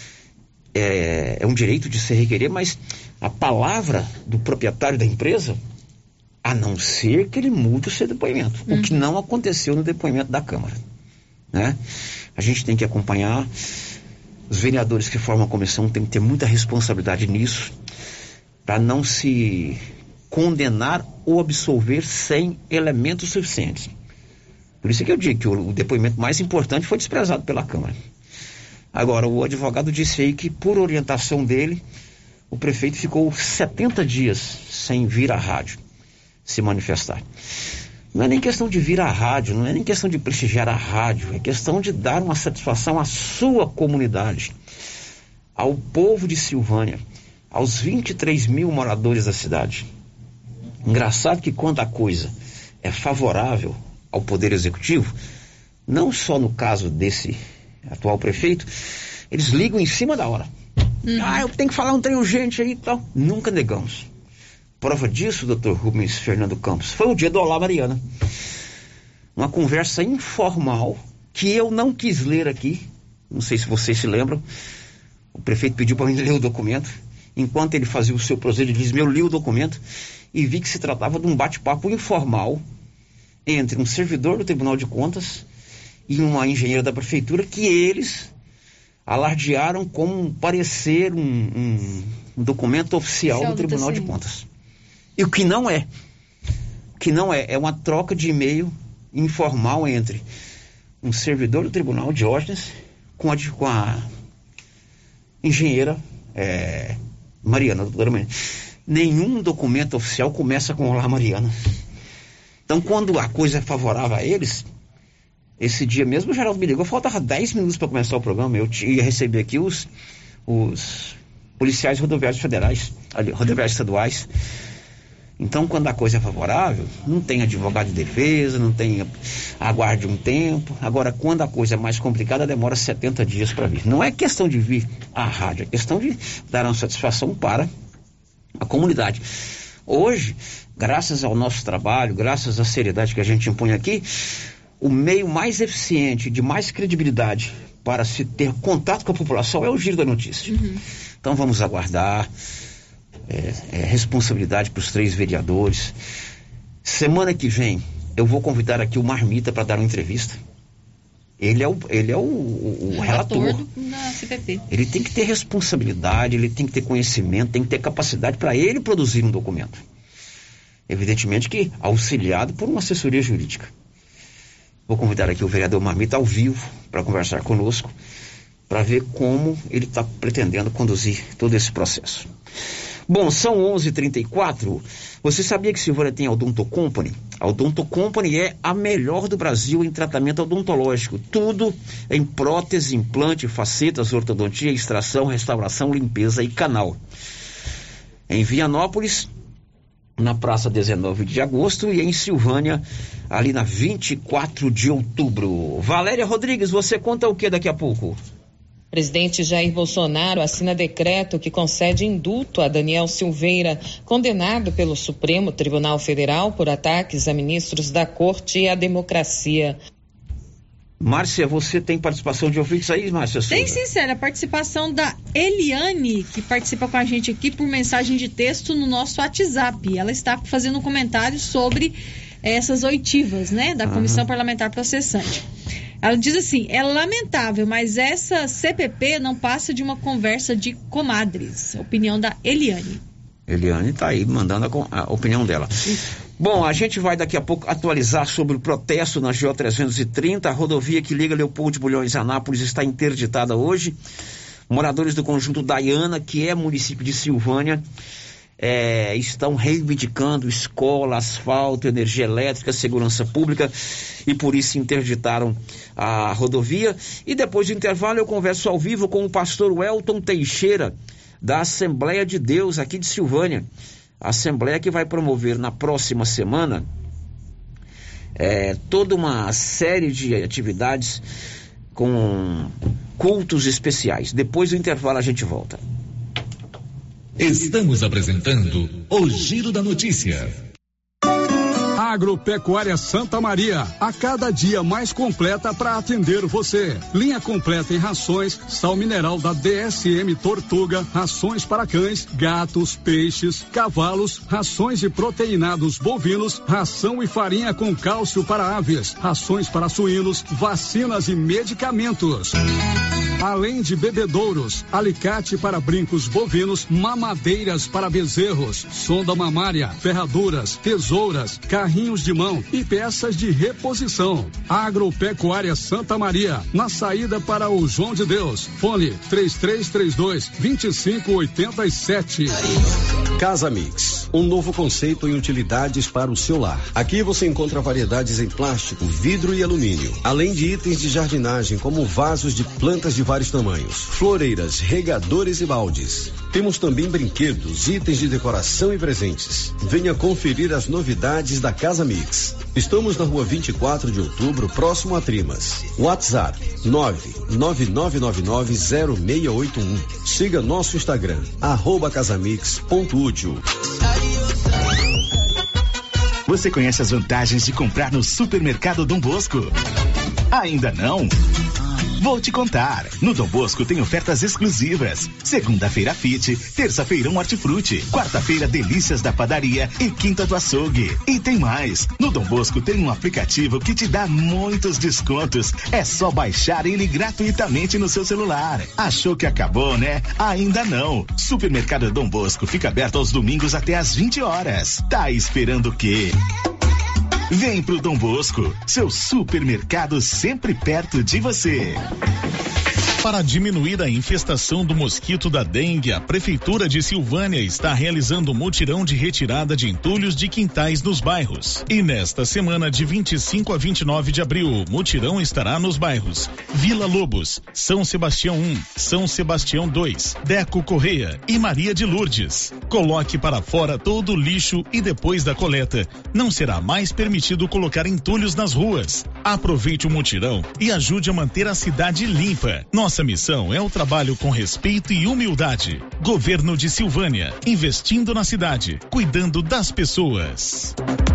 é, é um direito de se requerer, mas a palavra do proprietário da empresa, a não ser que ele mude o seu depoimento, uhum. o que não aconteceu no depoimento da Câmara, né? A gente tem que acompanhar, os vereadores que formam a comissão têm que ter muita responsabilidade nisso, para não se condenar ou absolver sem elementos suficientes. Por isso é que eu digo que o, o depoimento mais importante foi desprezado pela Câmara. Agora, o advogado disse aí que, por orientação dele, o prefeito ficou setenta dias sem vir à rádio se manifestar. Não é nem questão de vir à rádio, não é nem questão de prestigiar a rádio, é questão de dar uma satisfação à sua comunidade, ao povo de Silvânia, aos vinte e três mil moradores da cidade. Engraçado que quando a coisa é favorável ao Poder Executivo, não só no caso desse atual prefeito, eles ligam em cima da hora. Uhum. Ah, eu tenho que falar um trem urgente aí e tal. Nunca negamos. Prova disso, doutor Rubens Fernando Campos, foi o dia do Olá Mariana. Uma conversa informal que eu não quis ler aqui. Não sei se vocês se lembram. O prefeito pediu para mim ler o documento. Enquanto ele fazia o seu procedimento, eu li o documento e vi que se tratava de um bate-papo informal entre um servidor do Tribunal de Contas e uma engenheira da prefeitura, que eles alardearam como um parecer, um, um, um documento oficial do Tribunal de Contas. E o que não é, o que não é, é uma troca de e-mail informal entre um servidor do Tribunal, Diógenes, com a, com a engenheira é, Mariana, doutora Mariana. Nenhum documento oficial começa com Olá Mariana. Então, quando a coisa é favorável a eles, esse dia mesmo o Geraldo me ligou, faltava dez minutos para começar o programa, eu ia receber aqui os, os policiais rodoviários federais, ali, rodoviários estaduais. Então, quando a coisa é favorável, não tem advogado de defesa, não tem, aguarde um tempo. Agora, quando a coisa é mais complicada, demora setenta dias para vir. Não é questão de vir à rádio, é questão de dar uma satisfação para a comunidade. Hoje, graças ao nosso trabalho, graças à seriedade que a gente impõe aqui, o meio mais eficiente, de mais credibilidade para se ter contato com a população é o Giro da Notícia. Uhum. Então, vamos aguardar. É, é responsabilidade para os três vereadores. Semana que vem eu vou convidar aqui o Marmita para dar uma entrevista. Ele é o, ele é o, o, o relator da C P P. Ele tem que ter responsabilidade, ele tem que ter conhecimento, tem que ter capacidade para ele produzir um documento. Evidentemente que auxiliado por uma assessoria jurídica. Vou convidar aqui o vereador Marmita ao vivo para conversar conosco, para ver como ele está pretendendo conduzir todo esse processo. Bom, são onze e trinta e quatro. Você sabia que Silvânia tem a Odonto Company? A Odonto Company é a melhor do Brasil em tratamento odontológico. Tudo em prótese, implante, facetas, ortodontia, extração, restauração, limpeza e canal. Em Vianópolis, na praça dezenove de agosto, e em Silvânia, ali na vinte e quatro de outubro. Valéria Rodrigues, você conta o que daqui a pouco? Presidente Jair Bolsonaro assina decreto que concede indulto a Daniel Silveira, condenado pelo Supremo Tribunal Federal por ataques a ministros da Corte e à democracia. Márcia, você tem participação de ouvintes aí, Márcia? Tem sim, Célia, a participação da Eliane, que participa com a gente aqui por mensagem de texto no nosso WhatsApp. Ela está fazendo um comentário sobre essas oitivas, né, da Comissão uhum. Parlamentar Processante. Ela diz assim: é lamentável, mas essa C P P não passa de uma conversa de comadres. Opinião da Eliane. Eliane está aí mandando a, a opinião dela. Isso. Bom, a gente vai daqui a pouco atualizar sobre o protesto na G O trezentos e trinta. A rodovia que liga Leopoldo de Bulhões a Anápolis está interditada hoje. Moradores do conjunto Daiana, que é município de Silvânia, é, estão reivindicando escola, asfalto, energia elétrica, segurança pública, e por isso interditaram a rodovia. E depois do intervalo eu converso ao vivo com o pastor Welton Teixeira, da Assembleia de Deus aqui de Silvânia. A Assembleia que vai promover na próxima semana é, toda uma série de atividades com cultos especiais. Depois do intervalo a gente volta. Estamos apresentando o Giro da Notícia. Agropecuária Santa Maria, a cada dia mais completa para atender você. Linha completa em rações, sal mineral da D S M Tortuga, rações para cães, gatos, peixes, cavalos, rações de proteinados bovinos, ração e farinha com cálcio para aves, rações para suínos, vacinas e medicamentos. Além de bebedouros, alicate para brincos bovinos, mamadeiras para bezerros, sonda mamária, ferraduras, tesouras, carrinhos de mão e peças de reposição. Agropecuária Santa Maria, na saída para o João de Deus. Fone três três três dois, dois cinco oito sete. Casa Mix, um novo conceito em utilidades para o seu lar. Aqui você encontra variedades em plástico, vidro e alumínio, além de itens de jardinagem como vasos de plantas de vários tamanhos, floreiras, regadores e baldes. Temos também brinquedos, itens de decoração e presentes. Venha conferir as novidades da Casa Mix. Estamos na rua vinte e quatro de outubro, próximo a Trimas. WhatsApp nove nove nove nove nove zero seis oito um. Siga nosso Instagram, arroba casamix ponto útil. Você conhece as vantagens de comprar no Supermercado Dom Bosco? Ainda não? Vou te contar. No Dom Bosco tem ofertas exclusivas. Segunda-feira Fit, terça-feira um Hortifruti, quarta-feira Delícias da Padaria e quinta do Açougue. E tem mais. No Dom Bosco tem um aplicativo que te dá muitos descontos. É só baixar ele gratuitamente no seu celular. Achou que acabou, né? Ainda não. Supermercado Dom Bosco fica aberto aos domingos até às vinte horas. Tá esperando o quê? Vem pro Dom Bosco, seu supermercado sempre perto de você. Para diminuir a infestação do mosquito da dengue, a Prefeitura de Silvânia está realizando um mutirão de retirada de entulhos de quintais nos bairros. E nesta semana de vinte e cinco a vinte e nove de abril, o mutirão estará nos bairros Vila Lobos, São Sebastião um, São Sebastião dois, Deco Correia e Maria de Lourdes. Coloque para fora todo o lixo e depois da coleta, não será mais permitido colocar entulhos nas ruas. Aproveite o mutirão e ajude a manter a cidade limpa. Nossa missão é o trabalho com respeito e humildade. Governo de Silvânia, investindo na cidade, cuidando das pessoas.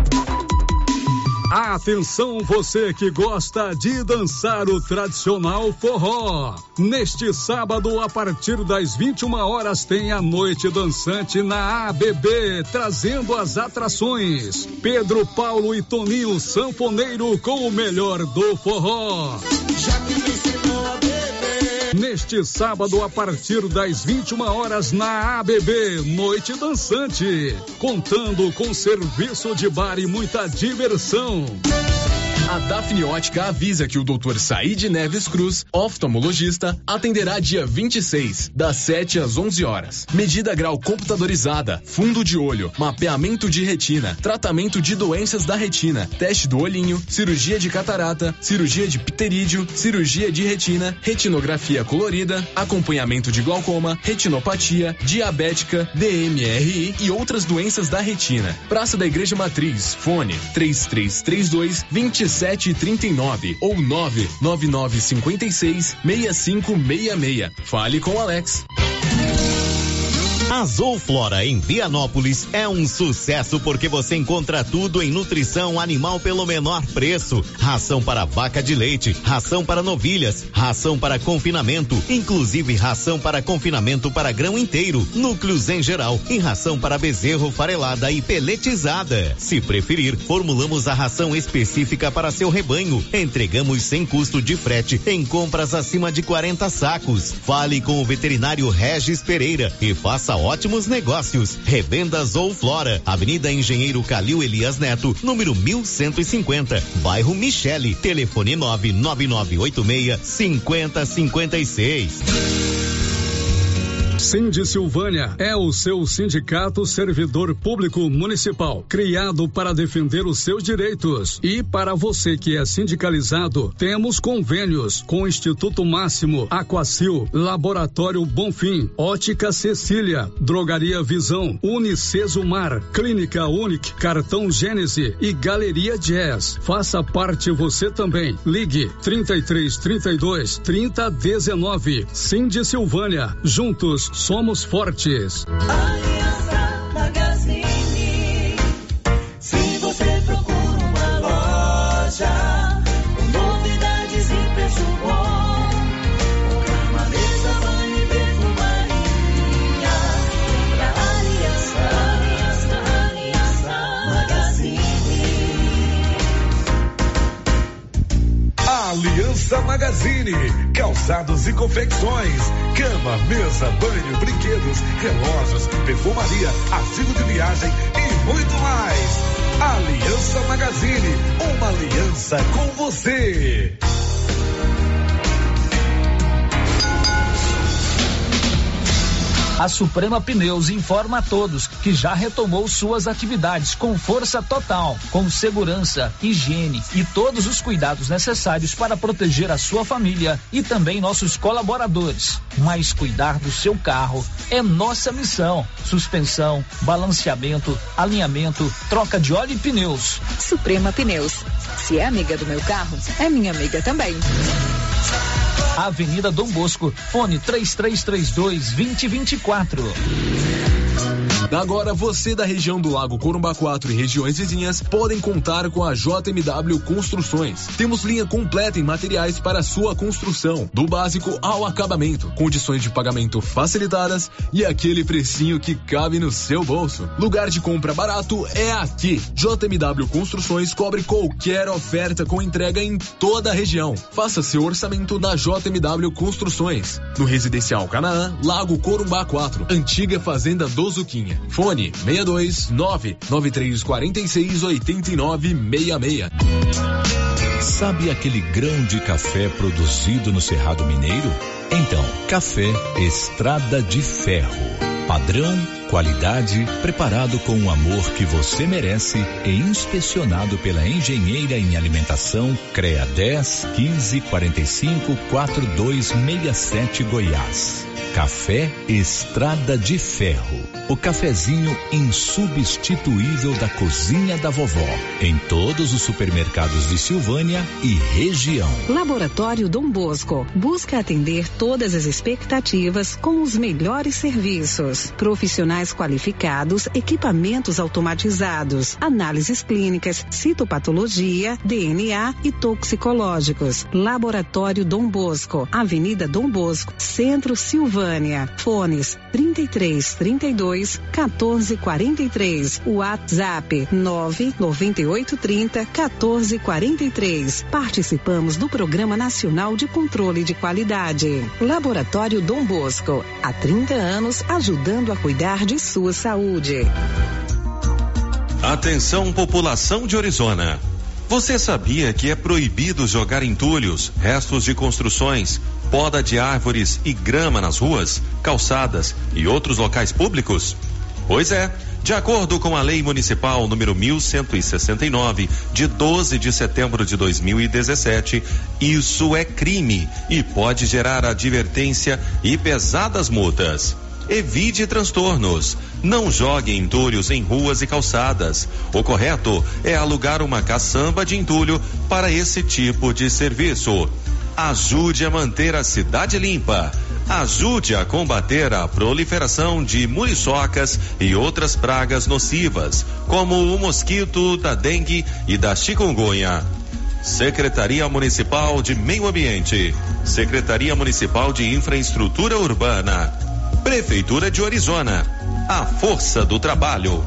Atenção, você que gosta de dançar o tradicional forró. Neste sábado, a partir das vinte e uma horas, tem a Noite Dançante na A B B, trazendo as atrações. Pedro, Paulo e Toninho Sanfoneiro com o melhor do forró. Já que me ensinou a beber. Neste sábado, a partir das vinte e uma horas, na A B B, Noite Dançante, contando com serviço de bar e muita diversão. A Dafne Ótica avisa que o doutor Saíde Neves Cruz, oftalmologista, atenderá dia vinte e seis, das sete às onze horas. Medida grau computadorizada, fundo de olho, mapeamento de retina, tratamento de doenças da retina, teste do olhinho, cirurgia de catarata, cirurgia de pterídeo, cirurgia de retina, retinografia colorida, acompanhamento de glaucoma, retinopatia, diabética, D M R I e outras doenças da retina. Praça da Igreja Matriz, fone três três três dois, dois sete três nove ou nove nove nove cinco seis, seis cinco seis seis. Fale com Alex. A Zooflora em Vianópolis é um sucesso porque você encontra tudo em nutrição animal pelo menor preço. Ração para vaca de leite, ração para novilhas, ração para confinamento, inclusive ração para confinamento para grão inteiro, núcleos em geral e ração para bezerro farelada e peletizada. Se preferir, formulamos a ração específica para seu rebanho. Entregamos sem custo de frete em compras acima de quarenta sacos. Fale com o veterinário Regis Pereira e faça ótimos negócios. Revendas ou Flora, Avenida Engenheiro Calil Elias Neto, número mil cento e cinquenta, bairro Michele, telefone nove nove nove oito seis cinco zero cinco seis. Sindi Silvânia é o seu sindicato servidor público municipal, criado para defender os seus direitos. E para você que é sindicalizado, temos convênios com o Instituto Máximo, Aquacil, Laboratório Bonfim, Ótica Cecília, Drogaria Visão, Unicesumar, Clínica Unic, Cartão Gênese e Galeria Jazz. Faça parte você também. Ligue trinta e três, trinta e dois, trinta, dezenove. Sindi Silvânia, juntos somos fortes. Aliança Magazine. Se você procura uma loja com novidades e preço bom, cama, mesa, banho e perfumaria, pra Aliança, Aliança, Aliança Magazine. Aliança Magazine, calçados e confecções, cama, mesa, banho, brinquedos, relógios, perfumaria, artigo de viagem e muito mais. Aliança Magazine, uma aliança com você. A Suprema Pneus informa a todos que já retomou suas atividades com força total, com segurança, higiene e todos os cuidados necessários para proteger a sua família e também nossos colaboradores. Mas cuidar do seu carro é nossa missão. Suspensão, balanceamento, alinhamento, troca de óleo e pneus. Suprema Pneus. Se é amiga do meu carro, é minha amiga também. Avenida Dom Bosco, fone três três três dois, dois zero dois quatro. Agora você da região do Lago Corumbá quatro e regiões vizinhas podem contar com a J M W Construções. Temos linha completa em materiais para sua construção, do básico ao acabamento, condições de pagamento facilitadas e aquele precinho que cabe no seu bolso. Lugar de compra barato é aqui. J M W Construções cobre qualquer oferta com entrega em toda a região. Faça seu orçamento na J M W Construções. No Residencial Canaã, Lago Corumbá quatro, antiga Fazenda do Zuquinha. Fone seis dois nove nove três quatro seis oito nove seis seis. Sabe aquele grão de café produzido no Cerrado Mineiro? Então, Café Estrada de Ferro. Padrão, qualidade, preparado com o amor que você merece e inspecionado pela engenheira em alimentação CREA dez, quinze, quarenta e cinco, quarenta e dois sessenta e sete Goiás. Café Estrada de Ferro, o cafezinho insubstituível da cozinha da vovó, em todos os supermercados de Silvânia e região. Laboratório Dom Bosco busca atender todas as expectativas com os melhores serviços, profissionais qualificados, equipamentos automatizados, análises clínicas, citopatologia, D N A e toxicológicos. Laboratório Dom Bosco, Avenida Dom Bosco, Centro Silvânia. Fones trinta e três, trinta e dois, quatorze, quarenta e três. WhatsApp nove nove oito, trinta, quatorze, quarenta e três. Participamos do Programa Nacional de Controle de Qualidade. Laboratório Dom Bosco, há trinta anos ajudando a cuidar de sua saúde. Atenção, população de Orizona. Você sabia que é proibido jogar entulhos, restos de construções, poda de árvores e grama nas ruas, calçadas e outros locais públicos? Pois é, de acordo com a Lei Municipal número mil cento e sessenta e nove, de doze de setembro de dois mil e dezessete, isso é crime e pode gerar advertência e pesadas multas. Evite transtornos. Não jogue entulhos em ruas e calçadas. O correto é alugar uma caçamba de entulho para esse tipo de serviço. Ajude a manter a cidade limpa. Ajude a combater a proliferação de muriçocas e outras pragas nocivas, como o mosquito da dengue e da chikungunya. Secretaria Municipal de Meio Ambiente, Secretaria Municipal de Infraestrutura Urbana, Prefeitura de Orizona, a força do trabalho.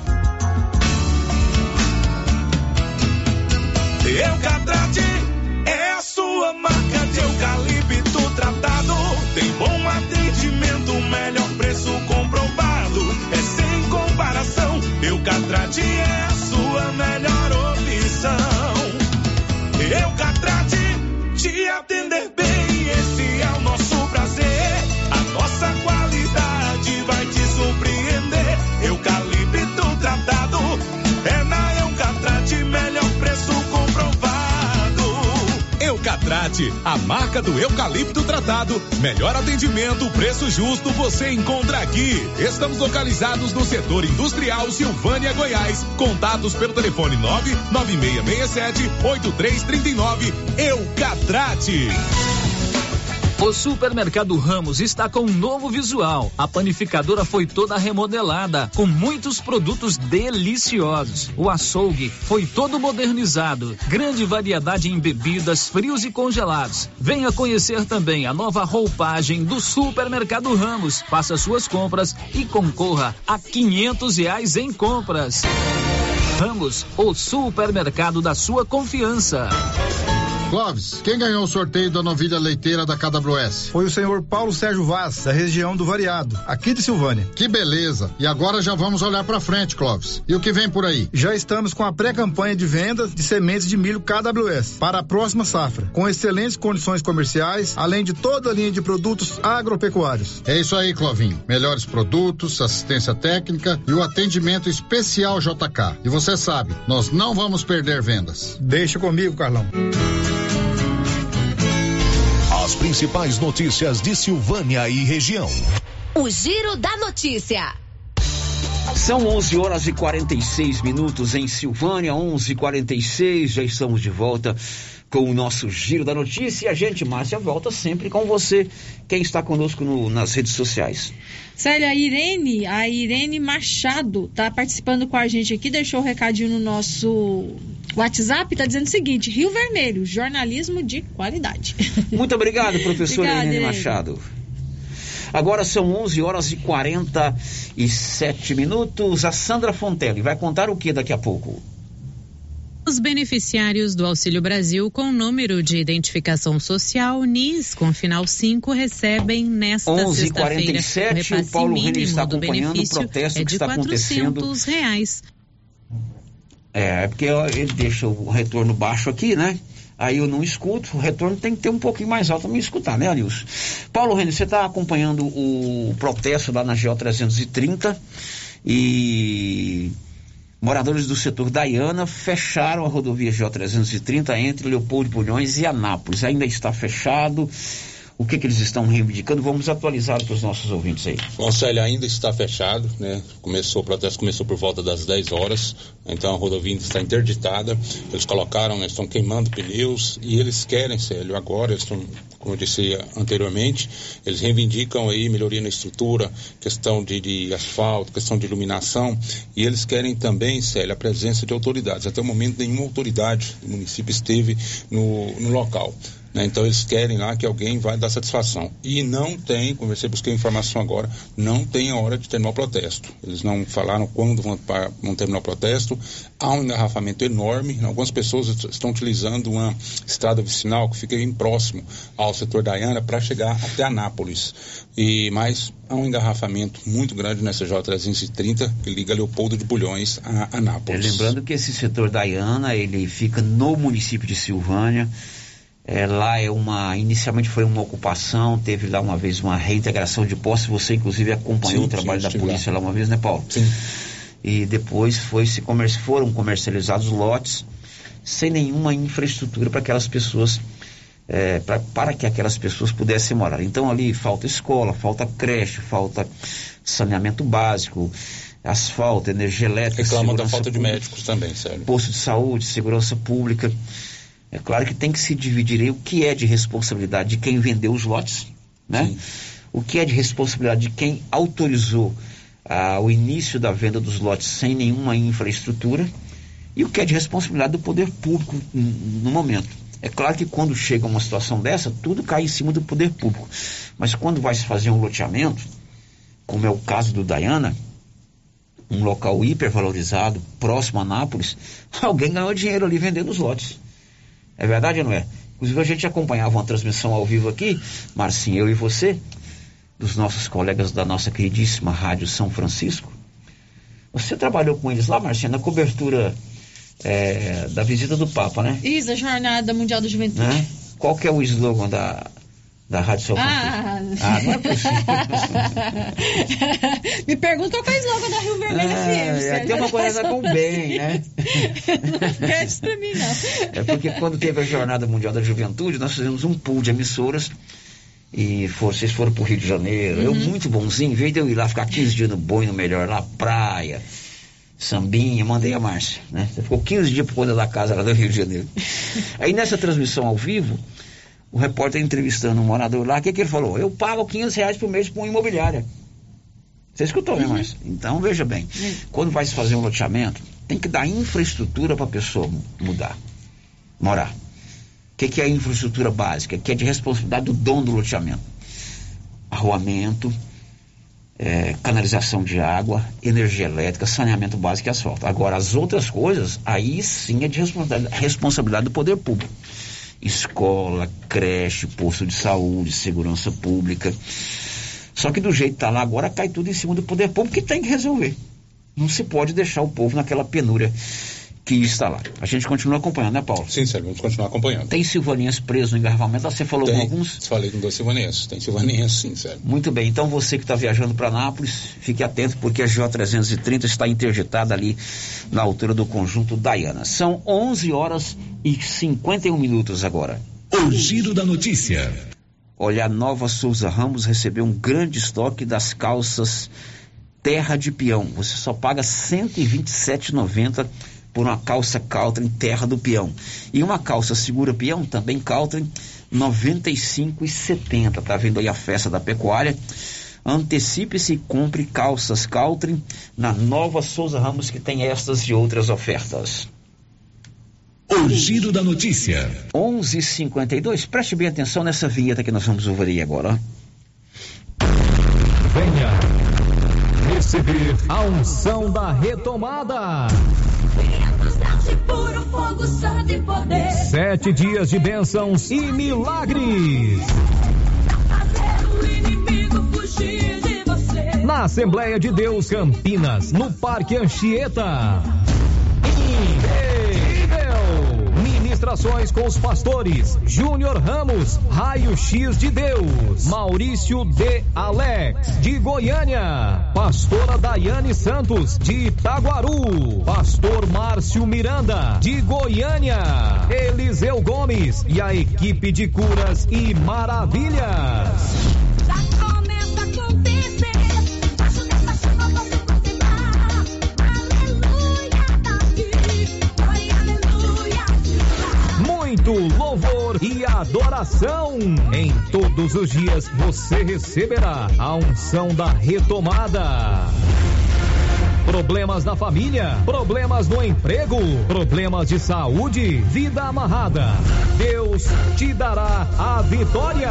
Eucatrate é a sua marca de eucalipto tratado. Tem bom atendimento, melhor preço comprovado. É sem comparação. Eucatrate é a sua melhor opção. Eucatrate, te atender bem, esse é o nosso prazer. A nossa qualidade vai te surpreender. Eucalipto tratado é na Eucatrate, melhor preço comprovado. Eucatrate, a marca do eucalipto tratado. Melhor atendimento, preço justo, você encontra aqui. Estamos localizados no setor industrial Silvânia, Goiás. Contatos pelo telefone nove nove seis seis sete oito três três nove. Eucatrate. O Supermercado Ramos está com um novo visual. A panificadora foi toda remodelada, com muitos produtos deliciosos. O açougue foi todo modernizado. Grande variedade em bebidas, frios e congelados. Venha conhecer também a nova roupagem do Supermercado Ramos. Faça suas compras e concorra a quinhentos reais em compras. Ramos, o supermercado da sua confiança. Clóvis, quem ganhou o sorteio da novilha leiteira da K W S? Foi o senhor Paulo Sérgio Vaz, da região do Variado, aqui de Silvânia. Que beleza! E agora já vamos olhar pra frente, Clóvis. E o que vem por aí? Já estamos com a pré-campanha de vendas de sementes de milho K W S para a próxima safra, com excelentes condições comerciais, além de toda a linha de produtos agropecuários. É isso aí, Clovinho. Melhores produtos, assistência técnica e o atendimento especial J K. E você sabe, nós não vamos perder vendas. Deixa comigo, Carlão. As principais notícias de Silvânia e região. O Giro da Notícia. São onze horas e quarenta e seis minutos em Silvânia, onze e quarenta e seis, já estamos de volta com o nosso Giro da Notícia e a gente, Márcia, volta sempre com você, quem está conosco no, nas redes sociais. Célia, a Irene, a Irene Machado tá participando com a gente aqui, deixou o um recadinho no nosso WhatsApp, tá dizendo o seguinte: Rio Vermelho, jornalismo de qualidade. Muito obrigado, professora Obrigada, Irene Irene Machado. Agora são onze horas e quarenta e sete minutos. A Sandra Fontelli vai contar o que daqui a pouco? Os beneficiários do Auxílio Brasil com número de identificação social N I S com final cinco recebem nesta onze e quarenta e sexta-feira sete, o repasse o Paulo Renner mínimo está do acompanhando o benefício protesto é que de está acontecendo. quatrocentos reais. É, é porque ele deixa o retorno baixo aqui, né? Aí eu não escuto, o retorno tem que ter um pouquinho mais alto para me escutar, né, Anilson? Paulo Renner, você está acompanhando o protesto lá na G O trezentos e trinta e moradores do setor Daiana fecharam a rodovia G O trezentos e trinta entre Leopoldo de Bulhões e Anápolis. Ainda está fechado. O que, que eles estão reivindicando? Vamos atualizar para os nossos ouvintes aí. Bom, Célia, ainda está fechado, né? Começou, o protesto começou por volta das dez horas, então a rodovia ainda está interditada. Eles colocaram, né, estão queimando pneus e eles querem, Célio, agora, eles estão, como eu disse anteriormente, eles reivindicam aí melhoria na estrutura, questão de, de asfalto, questão de iluminação, e eles querem também, Célio, a presença de autoridades. Até o momento, nenhuma autoridade do município esteve no, no local. Então eles querem lá que alguém vai dar satisfação. E não tem, conversei, busquei informação agora, não tem a hora de terminar o protesto. Eles não falaram quando vão, vão terminar o protesto. Há um engarrafamento enorme. Algumas pessoas estão utilizando uma estrada vicinal que fica bem próximo ao setor Daiana para chegar até Anápolis. E, mas há um engarrafamento muito grande nessa G O trezentos e trinta que liga Leopoldo de Bulhões a Anápolis. É, lembrando que esse setor Daiana, ele fica no município de Silvânia. É, lá é uma, inicialmente foi uma ocupação, teve lá uma vez uma reintegração de posse, você inclusive acompanhou sim, o trabalho sim, da polícia lá. lá uma vez, né, Paulo? Sim. E depois foi -se comer, foram comercializados lotes sem nenhuma infraestrutura para aquelas pessoas, é, pra, para que aquelas pessoas pudessem morar. Então ali falta escola, falta creche, falta saneamento básico, asfalto, energia elétrica. Reclamam da falta pública, de médicos também, sério. Posto de saúde, segurança pública. É claro que tem que se dividir aí o que é de responsabilidade de quem vendeu os lotes né? Sim. O que é de responsabilidade de quem autorizou ah, o início da venda dos lotes sem nenhuma infraestrutura e o que é de responsabilidade do poder público no momento. É claro que quando chega uma situação dessa, tudo cai em cima do poder público, mas quando vai se fazer um loteamento, como é o caso do Diana, um local hipervalorizado, próximo a Anápolis, alguém ganhou dinheiro ali vendendo os lotes. É verdade ou não é? Inclusive a gente acompanhava uma transmissão ao vivo aqui, Marcinho, eu e você, dos nossos colegas da nossa queridíssima Rádio São Francisco. Você trabalhou com eles lá, Marcinho, na cobertura é, da visita do Papa, né? Isso, a Jornada Mundial da Juventude. Né? Qual que é o slogan da, da Rádio São Francisco? Ah, ah não é possível. Me pergunta qual é o slogan da Rio Vermelho ah, F M. É, tem uma coisa com bem, né? Não pede pra mim, não. É porque quando teve a Jornada Mundial da Juventude, nós fizemos um pool de emissoras e for, vocês foram pro Rio de Janeiro. Uhum. Eu muito bonzinho, em vez de eu ir lá ficar quinze dias no boi, no melhor, lá, praia, sambinha, mandei a Márcia, né? Você ficou quinze dias por conta da casa lá do Rio de Janeiro. Aí nessa transmissão ao vivo, o repórter entrevistando um morador lá, o que que ele falou? Eu pago quinhentos reais por mês por uma imobiliária. Você escutou, né, Márcia? Então, veja bem, uhum. Quando vai se fazer um loteamento, tem que dar infraestrutura para a pessoa mudar, morar. O que, que é a infraestrutura básica? Que é de responsabilidade do dono do loteamento. Arruamento, é, canalização de água, energia elétrica, saneamento básico e asfalto. Agora, as outras coisas, aí sim é de responsabilidade, responsabilidade do poder público. Escola, creche, posto de saúde, segurança pública. Só que do jeito que está lá agora, cai tudo em cima do poder público que tem que resolver. Não se pode deixar o povo naquela penúria que está lá. A gente continua acompanhando, né, Paulo? Sim, Sérgio, vamos continuar acompanhando. Tem silvaninhas presos no engarrafamento? Você falou tem, com alguns? Falei com dois silvaninhas. Tem silvaninhas, sim, Sérgio. Muito bem. Então, você que está viajando para Anápolis, fique atento, porque a G O trezentos e trinta está interditada ali na altura do conjunto Diana. São onze horas e cinquenta e um minutos agora. O Giro da Notícia. Olha, a Nova Souza Ramos recebeu um grande estoque das calças Terra de Peão. Você só paga cento e vinte e sete reais e noventa centavos por uma calça Caltrim Terra do Peão. E uma calça Segura Peão, também Caltrim, noventa e cinco reais e setenta centavos. Tá vendo aí a festa da pecuária? Antecipe-se e compre calças Caltrim na Nova Souza Ramos, que tem estas e outras ofertas. O Giro da Notícia. onze e cinquenta e dois. Preste bem atenção nessa vinheta que nós vamos ouvir aí agora. Venha receber a unção da retomada. Puro fogo, santo e poder. Sete dias de bênçãos e milagres. Fazer o inimigo fugir de você. Na Assembleia de Deus Campinas, no Parque Anchieta. Ministrações com os pastores Júnior Ramos, Raio X de Deus, Maurício de Alex, de Goiânia, pastora Daiane Santos, de Itaguaru, pastor Márcio Miranda, de Goiânia, Eliseu Gomes e a equipe de curas e maravilhas. Muito louvor e adoração. Em todos os dias você receberá a unção da retomada. Problemas na família, problemas no emprego, problemas de saúde, vida amarrada. Deus te dará a vitória.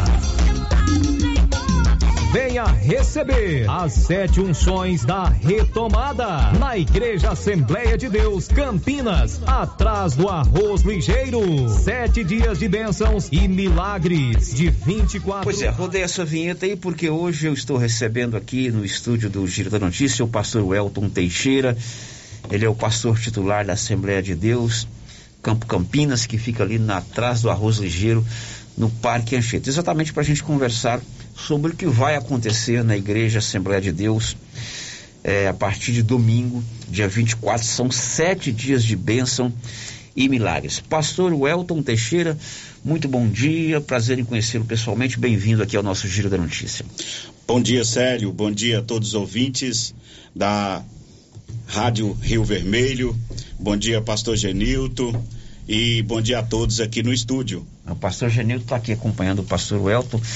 Venha receber as sete unções da retomada na Igreja Assembleia de Deus Campinas, atrás do Arroz Ligeiro. Sete dias de bênçãos e milagres de vinte e quatro. Pois é, rodei essa vinheta aí porque hoje eu estou recebendo aqui no estúdio do Giro da Notícia o pastor Welton Teixeira. Ele é o pastor titular da Assembleia de Deus Campo Campinas, que fica ali na, atrás do Arroz Ligeiro, no Parque Anchieta, exatamente para a gente conversar sobre o que vai acontecer na Igreja Assembleia de Deus é, a partir de domingo, dia vinte e quatro. São sete dias de bênção e milagres. Pastor Welton Teixeira, muito bom dia, prazer em conhecê-lo pessoalmente, bem-vindo aqui ao nosso Giro da Notícia. Bom dia, Célio, bom dia a todos os ouvintes da Rádio Rio Vermelho, bom dia, pastor Genilton, e bom dia a todos aqui no estúdio. O pastor Genilton está aqui acompanhando o pastor Welton.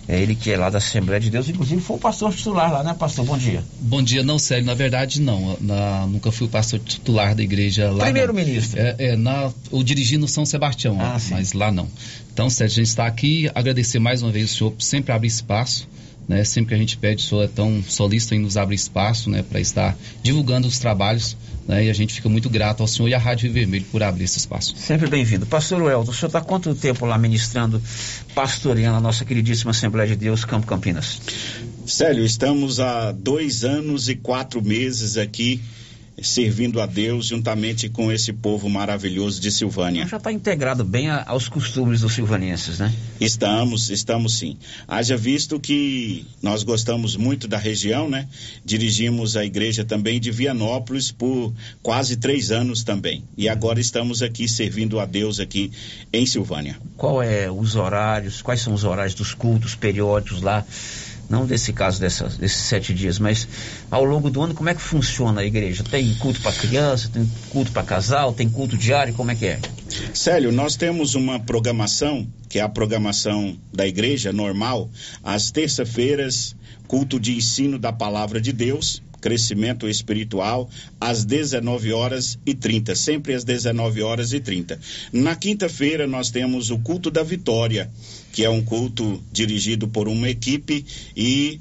É ele que é lá da Assembleia de Deus, inclusive foi o pastor titular lá, né, pastor? Bom dia. Bom dia, não, Célio, na verdade não, na, nunca fui o pastor titular da igreja lá. Primeiro-ministro. É, é, na, o dirigindo São Sebastião, ah, ó, mas lá não. Então, Célio, a gente está aqui, agradecer mais uma vez o senhor por sempre abrir espaço, né, sempre que a gente pede, o senhor é tão solícito em nos abrir espaço, né, para estar divulgando os trabalhos, né, e a gente fica muito grato ao senhor e à Rádio Rio Vermelho por abrir esse espaço. Sempre bem-vindo. Pastor Welton, o senhor está há quanto tempo lá ministrando, pastoreando a nossa queridíssima Assembleia de Deus, Campo Campinas? Célio, estamos há dois anos e quatro meses aqui servindo a Deus juntamente com esse povo maravilhoso de Silvânia. Já está integrado bem a, aos costumes dos silvanenses, né? Estamos, estamos sim. Haja visto que nós gostamos muito da região, né? Dirigimos a igreja também de Vianópolis por quase três anos também. E agora estamos aqui servindo a Deus aqui em Silvânia. Qual é os horários, quais são os horários dos cultos periódicos lá? Não desse caso dessa, desses sete dias, mas ao longo do ano, como é que funciona a igreja? Tem culto para criança, tem culto para casal, tem culto diário, como é que é? Célio, nós temos uma programação, que é a programação da igreja normal, às terça-feiras, culto de ensino da palavra de Deus, crescimento espiritual, às dezenove horas e trinta, sempre às dezenove horas e trinta. Na quinta-feira nós temos o culto da vitória, que é um culto dirigido por uma equipe e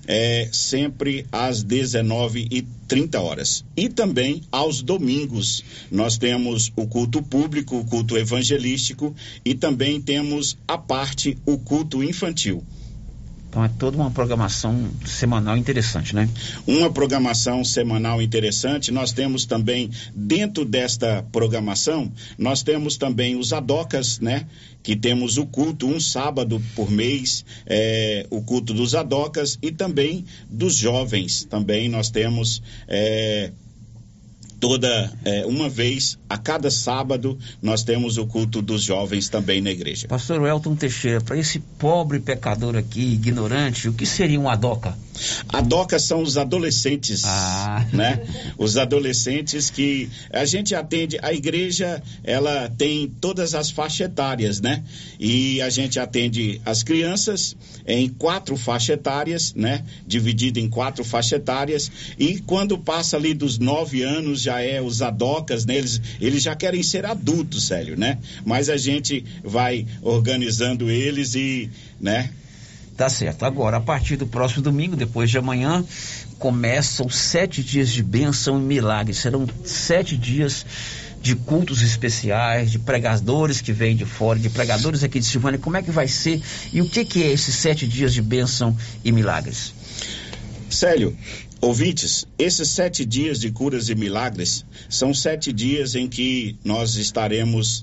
é sempre às dezenove e trinta horas. E também aos domingos nós temos o culto público, o culto evangelístico e também temos à parte o culto infantil. Então é toda uma programação semanal interessante, né? Uma programação semanal interessante. Nós temos também, dentro desta programação, nós temos também os adocas, né? Que temos o culto um sábado por mês, é, o culto dos adocas e também dos jovens. Também nós temos... É, Toda, é, uma vez a cada sábado, nós temos o culto dos jovens também na igreja. Pastor Welton Teixeira, para esse pobre pecador aqui, ignorante, o que seria um adoca? Adoca são os adolescentes, ah. né? Os adolescentes que a gente atende, a igreja, ela tem todas as faixas etárias, né? E a gente atende as crianças em quatro faixas etárias, né? Dividido em quatro faixas etárias, e quando passa ali dos nove anos, já é os adocas, né? Eles, eles já querem ser adultos, Célio, né? Mas a gente vai organizando eles e, né? Tá certo. Agora, a partir do próximo domingo, depois de amanhã, começam sete dias de bênção e milagre. Serão sete dias de cultos especiais, de pregadores que vêm de fora, de pregadores aqui de Silvânia. Como é que vai ser e o que, que é esses sete dias de bênção e milagres? Célio, ouvintes, esses sete dias de curas e milagres são sete dias em que nós estaremos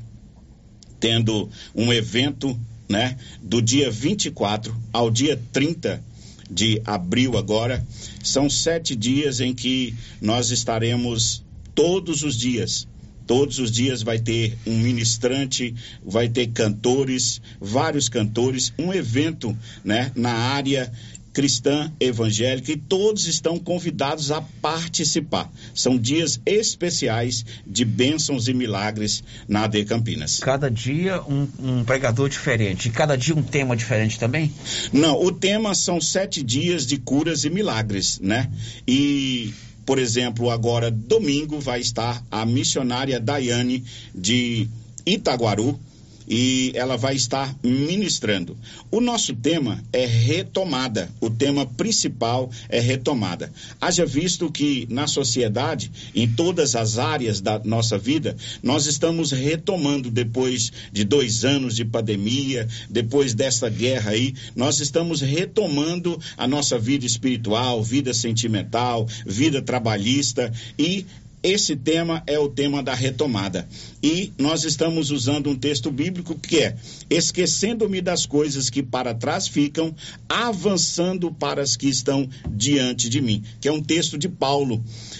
tendo um evento, né, do dia vinte e quatro ao dia trinta de abril agora. São sete dias em que nós estaremos todos os dias. Todos os dias vai ter um ministrante, vai ter cantores, vários cantores, um evento, né, na área cristã, evangélica, e todos estão convidados a participar. São dias especiais de bênçãos e milagres na A D Campinas. Cada dia um, um pregador diferente, e cada dia um tema diferente também? Não, o tema são sete dias de curas e milagres, né? E, por exemplo, agora domingo vai estar a missionária Daiane de Itaguaru, e ela vai estar ministrando. O nosso tema é retomada, o tema principal é retomada. Haja visto que na sociedade, em todas as áreas da nossa vida, nós estamos retomando depois de dois anos de pandemia, depois dessa guerra aí, nós estamos retomando a nossa vida espiritual, vida sentimental, vida trabalhista, e esse tema é o tema da retomada. E nós estamos usando um texto bíblico que é: esquecendo-me das coisas que para trás ficam, avançando para as que estão diante de mim. Que é um texto de Paulo.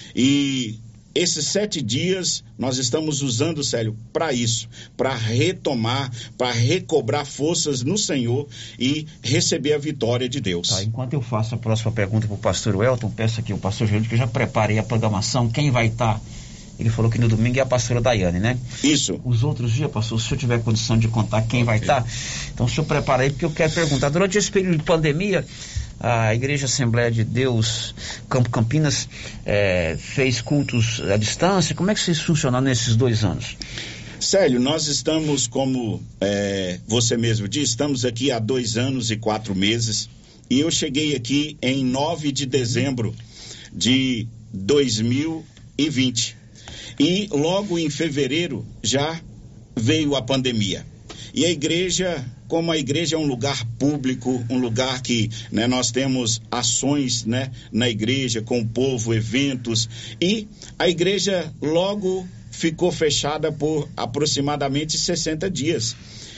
E esses sete dias nós estamos usando, Célio, para isso, para retomar, para recobrar forças no Senhor e receber a vitória de Deus. Tá, enquanto eu faço a próxima pergunta para o pastor Welton, peço aqui o pastor Júlio que eu já preparei a programação, quem vai estar Ele falou que no domingo é a pastora Daiane, né? Isso. Os outros dias, pastor, se o senhor tiver condição de contar quem okay. vai estar, então o senhor prepara aí, porque eu quero perguntar. Durante esse período de pandemia, a Igreja Assembleia de Deus Campo Campinas é, fez cultos à distância. Como é que vocês funcionaram nesses dois anos? Célio, nós estamos, como é, você mesmo disse, estamos aqui há dois anos e quatro meses. E eu cheguei aqui em nove de dezembro de dois mil e vinte. E logo em fevereiro já veio a pandemia. E a igreja, como a igreja é um lugar público, um lugar que, né, nós temos ações, né, na igreja, com o povo, eventos, e a igreja logo ficou fechada por aproximadamente sessenta dias.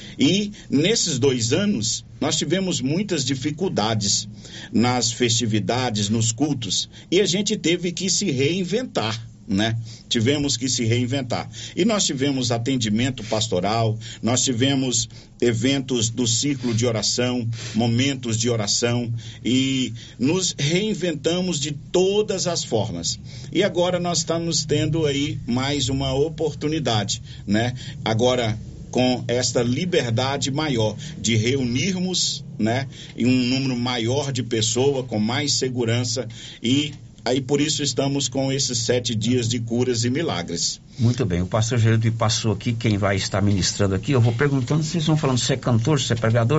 E nesses dois anos, nós tivemos muitas dificuldades nas festividades, nos cultos, e a gente teve que se reinventar, né? Tivemos que se reinventar. E nós tivemos atendimento pastoral, nós tivemos eventos do ciclo de oração, momentos de oração, e nos reinventamos de todas as formas. E agora nós estamos tendo aí mais uma oportunidade, né? Agora, com esta liberdade maior de reunirmos, né, em um número maior de pessoas, com mais segurança, e aí por isso estamos com esses sete dias de curas e milagres. Muito bem, o pastor Geraldo passou aqui, quem vai estar ministrando aqui, eu vou perguntando, vocês vão falando se é cantor, se é pregador.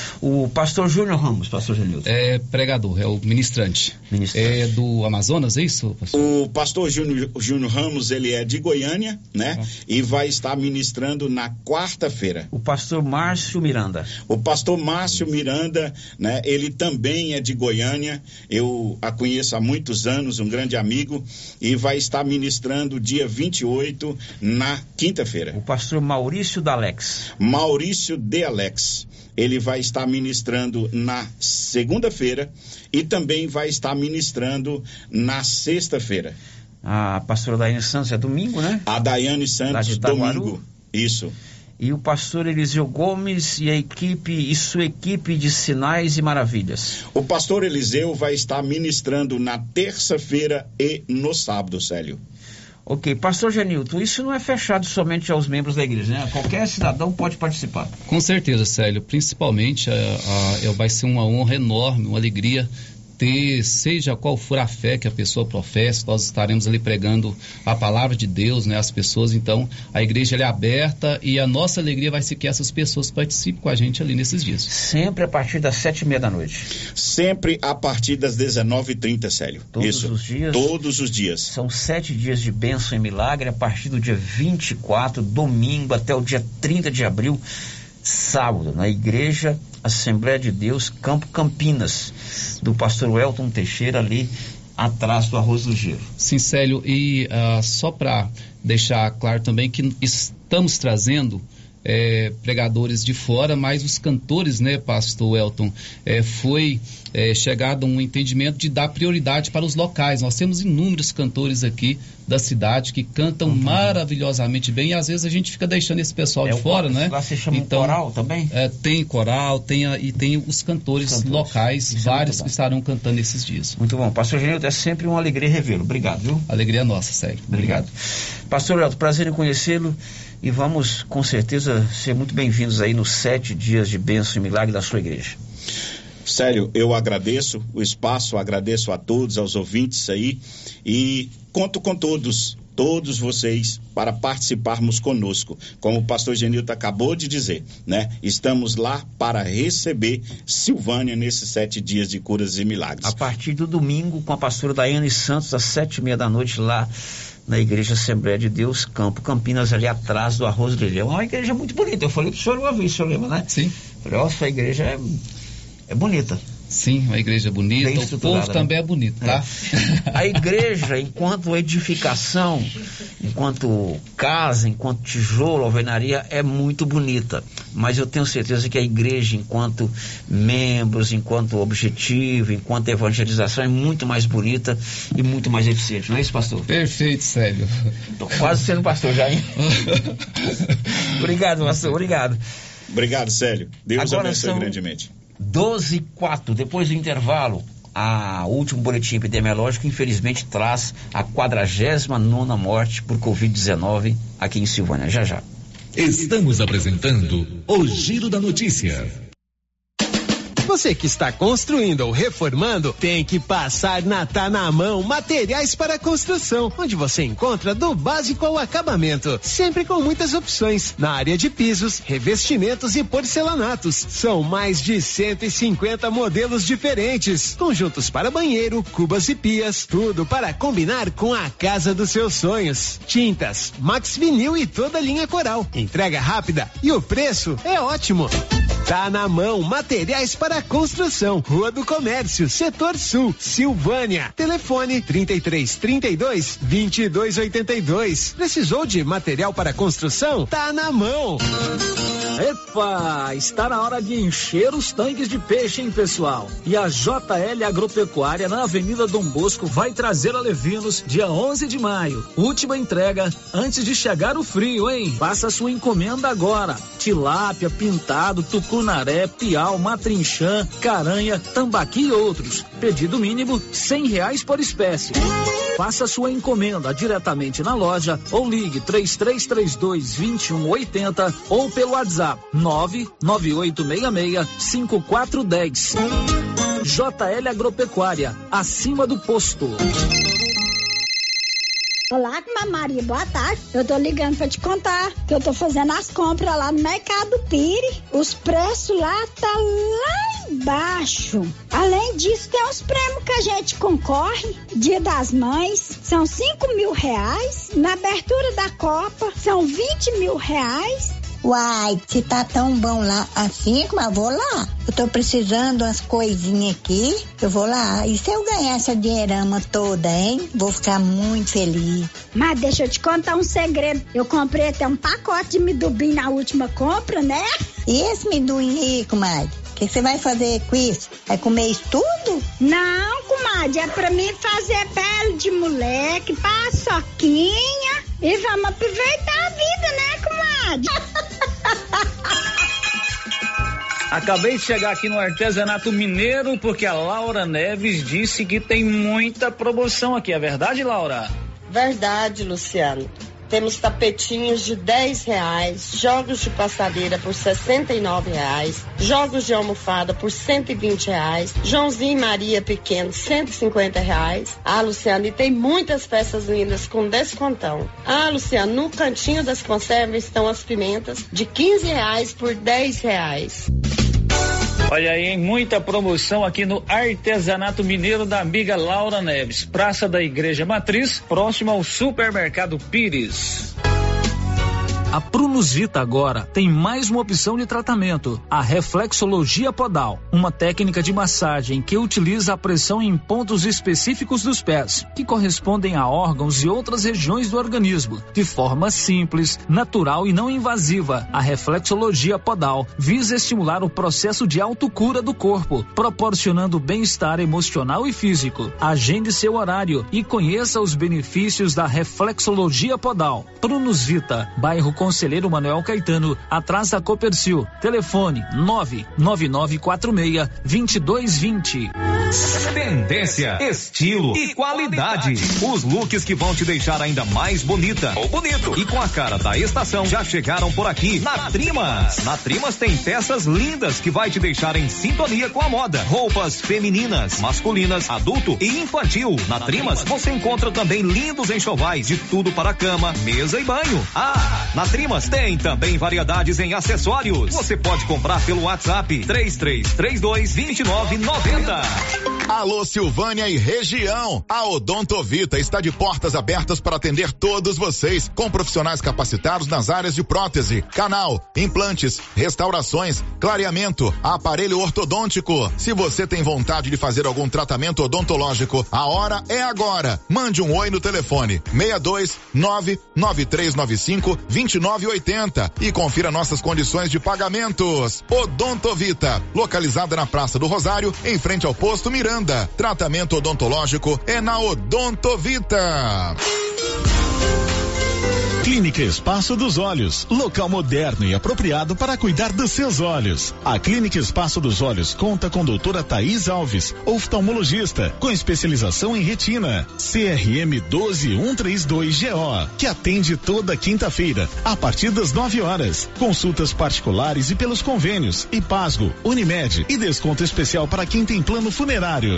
O pastor Júnior Ramos, pastor Geraldo. É pregador, é o ministrante. ministrante. É do Amazonas, é isso, pastor? O pastor Júnior, Júnior Ramos, ele é de Goiânia, né? Ah. E vai estar ministrando na quarta-feira. O pastor Márcio Miranda. O pastor Márcio Miranda, né? Ele também é de Goiânia, eu a conheço há muitos anos, um grande amigo, e vai estar ministrando dia vinte e oito, na quinta-feira. O pastor Maurício D'Alex. Maurício de Alex. Ele vai estar ministrando na segunda-feira e também vai estar ministrando na sexta-feira. A pastora Daiane Santos é domingo, né? A Daiane Santos, domingo. Isso. E o pastor Eliseu Gomes e a equipe e sua equipe de sinais e maravilhas. O pastor Eliseu vai estar ministrando na terça-feira e no sábado, Célio. Ok, pastor Genilton, isso não é fechado somente aos membros da igreja, né? Qualquer cidadão pode participar. Com certeza, Célio, principalmente a, a, vai ser uma honra enorme, uma alegria ter, seja qual for a fé que a pessoa professa, nós estaremos ali pregando a palavra de Deus, né, às pessoas. Então a igreja ela é aberta e a nossa alegria vai ser que essas pessoas participem com a gente ali nesses dias. Sempre a partir das sete e meia da noite. Sempre a partir das dezenove e trinta, Célio. Todos Isso. os dias? Todos os dias. São sete dias de bênção e milagre a partir do dia vinte e quatro, domingo, até o dia trinta de abril, sábado, na igreja Assembleia de Deus Campo Campinas, do pastor Elton Teixeira, ali atrás do Arroz do Giro. Sim, Célio, e uh, só para deixar claro também que estamos trazendo É, pregadores de fora, mas os cantores, né, pastor Elton, é, foi é, chegado a um entendimento de dar prioridade para os locais. Nós temos inúmeros cantores aqui da cidade que cantam uhum. maravilhosamente bem, e às vezes a gente fica deixando esse pessoal é, de fora, né? Lá se chama então, coral também? É, tem coral, tem a, e tem os cantores, cantores. locais, Isso vários é que estarão cantando esses dias. Muito bom. Pastor Genildo, é sempre uma alegria revê-lo. Obrigado, viu? Alegria nossa, sério. Obrigado. Obrigado. Pastor Elton, prazer em conhecê-lo. E vamos, com certeza, ser muito bem-vindos aí nos sete dias de bênção e milagre da sua igreja. Sério, eu agradeço o espaço, agradeço a todos, aos ouvintes aí, e conto com todos, todos vocês, para participarmos conosco. Como o pastor Genilton acabou de dizer, né? Estamos lá para receber Silvânia nesses sete dias de curas e milagres. A partir do domingo, com a pastora Daiane Santos, às sete e meia da noite, lá na Igreja Assembleia de Deus, Campo Campinas, ali atrás do Arroz do Giro. É uma igreja muito bonita. Eu falei pro senhor uma vez, o senhor lembra, né? Sim. Falei, ó, sua igreja é, é bonita. Sim, uma igreja bonita, o povo também né? é bonito, tá? É. A igreja, enquanto edificação, enquanto casa, enquanto tijolo, alvenaria, é muito bonita. Mas eu tenho certeza que a igreja, enquanto membros, enquanto objetivo, enquanto evangelização, é muito mais bonita e muito mais eficiente. Não é isso, pastor? Perfeito, Célio. Tô quase sendo pastor já, hein? Obrigado, pastor, obrigado. Obrigado, Célio. Deus Agora abençoe são grandemente. doze e quatro, depois do intervalo, a último boletim epidemiológico, infelizmente, traz a quadragésima nona morte por covid dezenove aqui em Silvânia. Já, já. Estamos apresentando o Giro da Notícia. Você que está construindo ou reformando, tem que passar na Tá na Mão Materiais para Construção, onde você encontra do básico ao acabamento, sempre com muitas opções na área de pisos, revestimentos e porcelanatos. São mais de cento e cinquenta modelos diferentes, conjuntos para banheiro, cubas e pias, tudo para combinar com a casa dos seus sonhos. Tintas, Max Vinil e toda a linha Coral. Entrega rápida e o preço é ótimo. Tá na Mão Materiais para Construção, Rua do Comércio, Setor Sul, Silvânia. Telefone trinta e três, trinta e dois, vinte e dois, oitenta e dois. Precisou de material para construção? Tá na mão. Epa, está na hora de encher os tanques de peixe, hein, pessoal? E a J L Agropecuária na Avenida Dom Bosco vai trazer a Levinos dia onze de maio. Última entrega antes de chegar o frio, hein? Faça sua encomenda agora. Tilápia, pintado, tucunaré, piau, matrinchã, caranha, tambaqui e outros. Pedido mínimo cem reais por espécie. Faça sua encomenda diretamente na loja ou ligue três três três dois, dois um oito zero ou pelo WhatsApp nove nove oito seis seis, cinco quatro um zero. J L Agropecuária, acima do posto. Olá, Maria, boa tarde. Eu tô ligando pra te contar que eu tô fazendo as compras lá no Mercado Pires. Os preços lá tá lá embaixo. Além disso, tem os prêmios que a gente concorre. Dia das Mães, são cinco mil reais. Na abertura da Copa, são vinte mil reais. Uai, se tá tão bom lá assim, mas eu vou lá. Eu tô precisando umas coisinhas aqui, eu vou lá. E se eu ganhar essa dinheirama toda, hein? Vou ficar muito feliz. Mas deixa eu te contar um segredo. Eu comprei até um pacote de midubim na última compra, né? E esse midubim aí, comadre? O que você vai fazer com isso? Vai comer isso tudo? Não, comadre, é pra mim fazer pele de moleque, paçoquinha e vamos aproveitar a vida, né, comadre? Acabei de chegar aqui no Artesanato Mineiro porque a Laura Neves disse que tem muita promoção aqui. É verdade, Laura? Verdade, Luciano. Temos tapetinhos de dez reais, jogos de passadeira por sessenta e nove reais, jogos de almofada por cento e vinte reais, Joãozinho e Maria pequeno cento e cinquenta reais. Ah, Luciano, e tem muitas peças lindas com descontão. Ah, Luciano, no cantinho das conservas estão as pimentas de quinze reais por dez reais. Olha aí, hein? Muita promoção aqui no Artesanato Mineiro da amiga Laura Neves, Praça da Igreja Matriz, próximo ao Supermercado Pires. A Prunusvita agora tem mais uma opção de tratamento, a reflexologia podal, uma técnica de massagem que utiliza a pressão em pontos específicos dos pés, que correspondem a órgãos e outras regiões do organismo, de forma simples, natural e não invasiva. A reflexologia podal visa estimular o processo de autocura do corpo, proporcionando bem-estar emocional e físico. Agende seu horário e conheça os benefícios da reflexologia podal. Prunusvita, bairro Conselheiro Manuel Caetano, atrás da Copercil. Telefone nove nove nove quatro seis, dois dois dois zero. Tendência, estilo e qualidade. Os looks que vão te deixar ainda mais bonita ou bonito e com a cara da estação já chegaram por aqui na Trimas. Na Trimas tem peças lindas que vai te deixar em sintonia com a moda. Roupas femininas, masculinas, adulto e infantil. Na Trimas você encontra também lindos enxovais de tudo para cama, mesa e banho. Ah, na Trimas tem também variedades em acessórios. Você pode comprar pelo WhatsApp três três três dois, dois nove nove zero. Alô Silvânia e região, a Odontovita está de portas abertas para atender todos vocês, com profissionais capacitados nas áreas de prótese, canal, implantes, restaurações, clareamento, aparelho ortodôntico. Se você tem vontade de fazer algum tratamento odontológico, a hora é agora. Mande um oi no telefone seis dois nove, nove três nove cinco, dois nove oito zero e confira nossas condições de pagamentos. Odontovita, localizada na Praça do Rosário, em frente ao posto Miranda. Tratamento odontológico é na Odontovita. Clínica Espaço dos Olhos, local moderno e apropriado para cuidar dos seus olhos. A Clínica Espaço dos Olhos conta com doutora Thaís Alves, oftalmologista, com especialização em retina, C R M um dois um três dois G O, que atende toda quinta-feira, a partir das nove horas. Consultas particulares e pelos convênios, IPASGO, Unimed e desconto especial para quem tem plano funerário.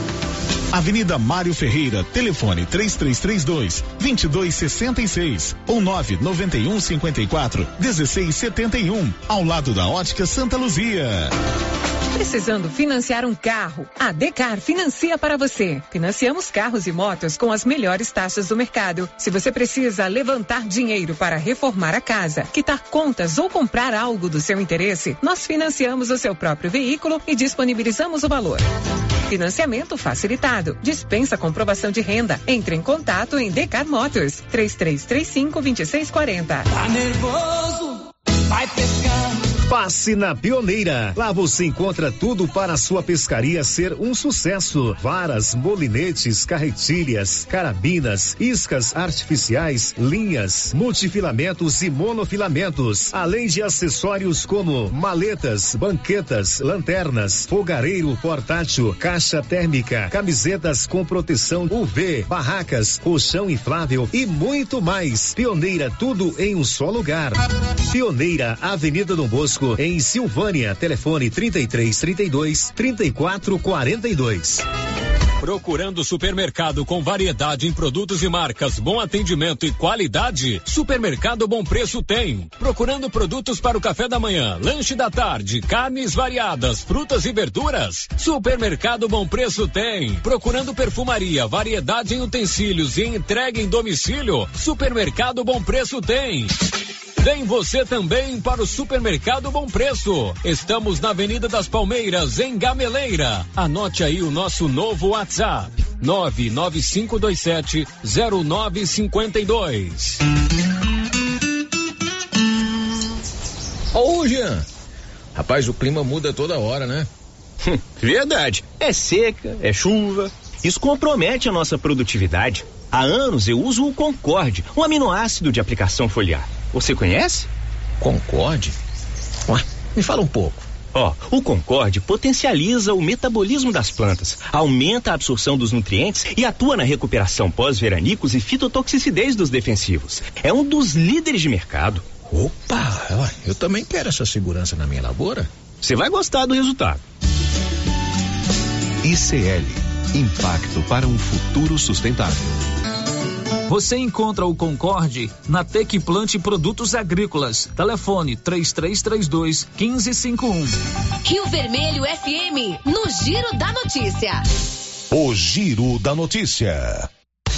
Avenida Mário Ferreira, telefone três três três dois, dois dois seis seis ou nove nove um cinco quatro, um seis sete um, ao lado da Ótica Santa Luzia. Precisando financiar um carro? A Decar financia para você. Financiamos carros e motos com as melhores taxas do mercado. Se você precisa levantar dinheiro para reformar a casa, quitar contas ou comprar algo do seu interesse, nós financiamos o seu próprio veículo e disponibilizamos o valor. Financiamento facilitado. Dispensa comprovação de renda. Entre em contato em Decar Motors. três três três cinco, dois seis quatro zero. Tá nervoso? Vai pescando. Passe na Pioneira. Lá você encontra tudo para a sua pescaria ser um sucesso. Varas, molinetes, carretilhas, carabinas, iscas artificiais, linhas, multifilamentos e monofilamentos. Além de acessórios como maletas, banquetas, lanternas, fogareiro portátil, caixa térmica, camisetas com proteção U V, barracas, colchão inflável e muito mais. Pioneira, tudo em um só lugar. Pioneira, Avenida Dom Bosco, em Silvânia, telefone trinta e três, trinta e dois, trinta e quatro quarenta e dois. Procurando supermercado com variedade em produtos e marcas, bom atendimento e qualidade? Supermercado Bom Preço tem. Procurando produtos para o café da manhã, lanche da tarde, carnes variadas, frutas e verduras? Supermercado Bom Preço tem. Procurando perfumaria, variedade em utensílios e entrega em domicílio? Supermercado Bom Preço tem. Vem você também para o Supermercado Bom Preço. Estamos na Avenida das Palmeiras, em Gameleira. Anote aí o nosso novo WhatsApp: nove nove cinco dois sete zero nove cinco dois. Ô, Jean, rapaz, o clima muda toda hora, né? Verdade. É seca, é chuva. Isso compromete a nossa produtividade. Há anos eu uso o Concorde, um aminoácido de aplicação foliar. Você conhece? Concorde? Ué, me fala um pouco. Ó, o Concorde potencializa o metabolismo das plantas, aumenta a absorção dos nutrientes e atua na recuperação pós-veranicos e fitotoxicidez dos defensivos. É um dos líderes de mercado. Opa, eu também quero essa segurança na minha lavoura. Você vai gostar do resultado. I C L, impacto para um futuro sustentável. Você encontra o Concorde na Tec Plante Produtos Agrícolas. Telefone três três três dois, um cinco cinco um. Rio Vermelho F M, no Giro da Notícia. O Giro da Notícia.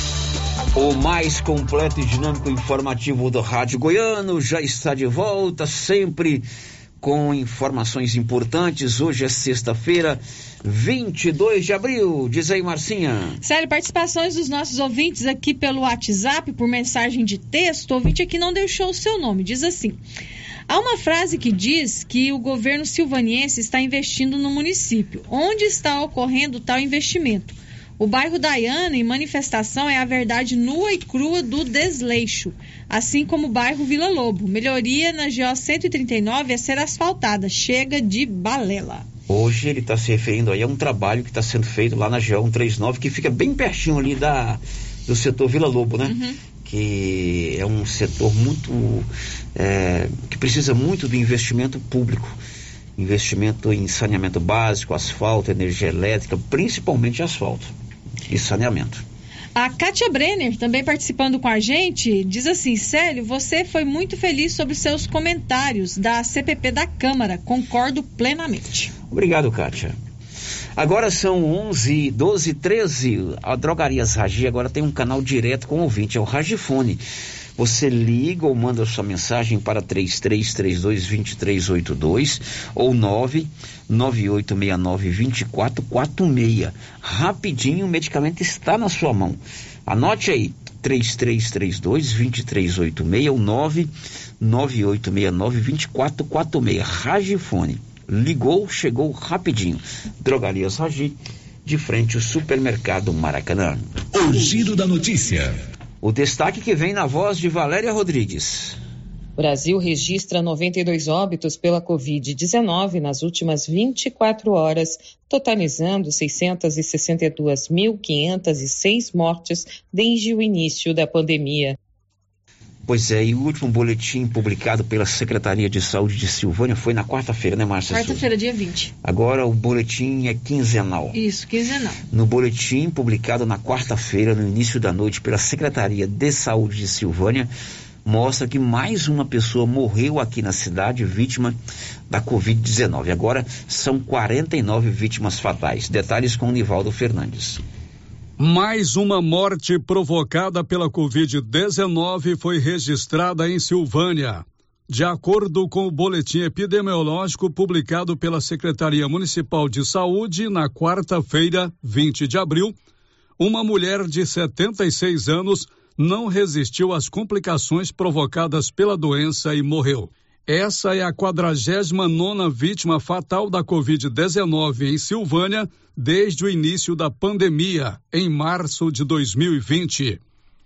O mais completo e dinâmico informativo do Rádio Goiano já está de volta, sempre com informações importantes. Hoje é sexta-feira, vinte e dois de abril. Diz aí, Marcinha. Sério, participações dos nossos ouvintes aqui pelo WhatsApp, por mensagem de texto. O ouvinte aqui não deixou o seu nome. Diz assim: há uma frase que diz que o governo silvaniense está investindo no município. Onde está ocorrendo tal investimento? O bairro Daiana, em manifestação, é a verdade nua e crua do desleixo, assim como o bairro Vila Lobo. Melhoria na G O cento e trinta e nove a ser asfaltada. Chega de balela. Hoje ele está se referindo aí a um trabalho que está sendo feito lá na G O cento e trinta e nove, que fica bem pertinho ali da, do setor Vila Lobo, né? Uhum. Que é um setor muito... É, que precisa muito do investimento público. Investimento em saneamento básico, asfalto, energia elétrica, principalmente asfalto e saneamento. A Kátia Brenner, também participando com a gente, diz assim: Célio, você foi muito feliz sobre seus comentários da C P P da Câmara. Concordo plenamente. Obrigado, Kátia. Agora são onze, doze, treze. A Drogarias Ragi agora tem um canal direto com o ouvinte, é o Ragifone. Você liga ou manda sua mensagem para três três três dois, dois três oito dois ou nove nove oito seis nove, dois quatro quatro seis. Rapidinho, o medicamento está na sua mão. Anote aí, três três três dois, dois três oito seis ou nove nove oito seis nove, dois quatro quatro seis. Ragifone. Ligou, chegou rapidinho. Drogarias Ragi, de frente ao supermercado Maracanã. O Giro da Notícia. O destaque que vem na voz de Valéria Rodrigues. O Brasil registra noventa e dois óbitos pela covid dezenove nas últimas vinte e quatro horas, totalizando seiscentas e sessenta e duas mil quinhentas e seis mortes desde o início da pandemia. Pois é, e o último boletim publicado pela Secretaria de Saúde de Silvânia foi na quarta-feira, né, Márcia? Quarta-feira, dia vinte. Agora o boletim é quinzenal. Isso, quinzenal. No boletim publicado na quarta-feira, no início da noite, pela Secretaria de Saúde de Silvânia, mostra que mais uma pessoa morreu aqui na cidade vítima da covid dezenove. Agora são quarenta e nove vítimas fatais. Detalhes com o Nivaldo Fernandes. Mais uma morte provocada pela covid dezenove foi registrada em Silvânia. De acordo com o boletim epidemiológico publicado pela Secretaria Municipal de Saúde na quarta-feira, vinte de abril, uma mulher de setenta e seis anos não resistiu às complicações provocadas pela doença e morreu. Essa é a quadragésima nona vítima fatal da covid dezenove em Silvânia desde o início da pandemia, em março de dois mil e vinte.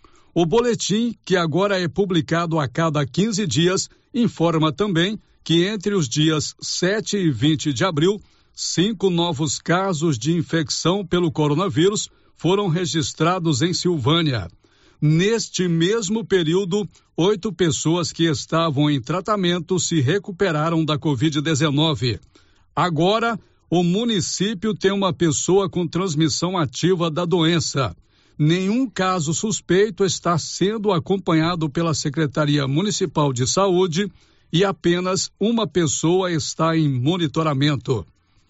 O boletim, que agora é publicado a cada quinze dias, informa também que entre os dias sete e vinte de abril, cinco novos casos de infecção pelo coronavírus foram registrados em Silvânia. Neste mesmo período, oito pessoas que estavam em tratamento se recuperaram da covid dezenove. Agora, o município tem uma pessoa com transmissão ativa da doença. Nenhum caso suspeito está sendo acompanhado pela Secretaria Municipal de Saúde e apenas uma pessoa está em monitoramento.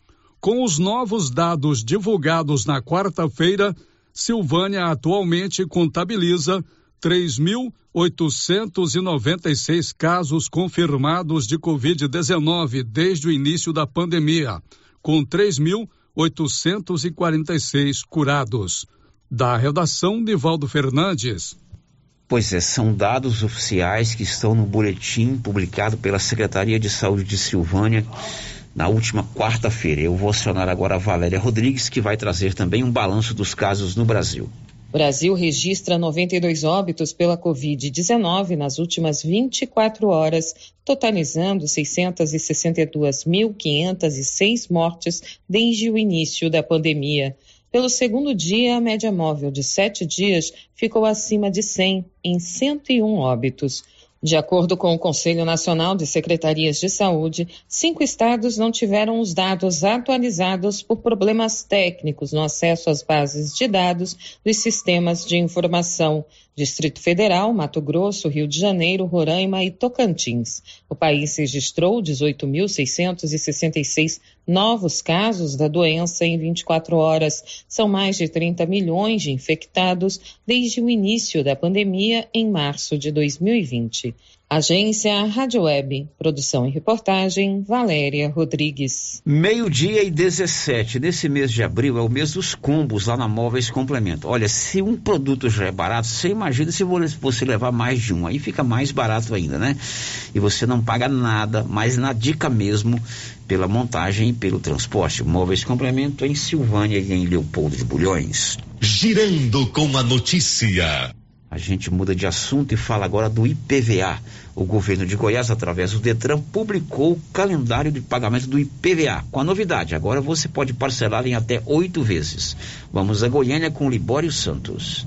Com os novos dados divulgados na quarta-feira, Silvânia atualmente contabiliza três mil oitocentos e noventa e seis casos confirmados de covid dezenove desde o início da pandemia, com três mil oitocentos e quarenta e seis curados. Da redação, Nivaldo Fernandes. Pois é, são dados oficiais que estão no boletim publicado pela Secretaria de Saúde de Silvânia na última quarta-feira. Eu vou acionar agora a Valéria Rodrigues, que vai trazer também um balanço dos casos no Brasil. O Brasil registra noventa e dois óbitos pela covid dezenove nas últimas vinte e quatro horas, totalizando seiscentas e sessenta e duas mil quinhentas e seis mortes desde o início da pandemia. Pelo segundo dia, a média móvel de sete dias ficou acima de cem, em cento e um óbitos. De acordo com o Conselho Nacional de Secretarias de Saúde, cinco estados não tiveram os dados atualizados por problemas técnicos no acesso às bases de dados dos sistemas de informação. Distrito Federal, Mato Grosso, Rio de Janeiro, Roraima e Tocantins. O país registrou dezoito mil seiscentos e sessenta e seis novos casos da doença em vinte e quatro horas. São mais de trinta milhões de infectados desde o início da pandemia em março de dois mil e vinte. Agência Rádio Web, produção e reportagem, Valéria Rodrigues. Meio-dia e dezessete. Nesse mês de abril é o mês dos combos lá na Móveis Complemento. Olha, se um produto já é barato, você imagina se você levar mais de um. Aí fica mais barato ainda, né? E você não paga nada, mas na dica mesmo, pela montagem e pelo transporte. Móveis Complemento em Silvânia e em Leopoldo de Bulhões. Girando com a notícia. A gente muda de assunto e fala agora do I P V A. O governo de Goiás, através do Detran, publicou o calendário de pagamento do I P V A. Com a novidade, agora você pode parcelar em até oito vezes. Vamos a Goiânia com Libório Santos.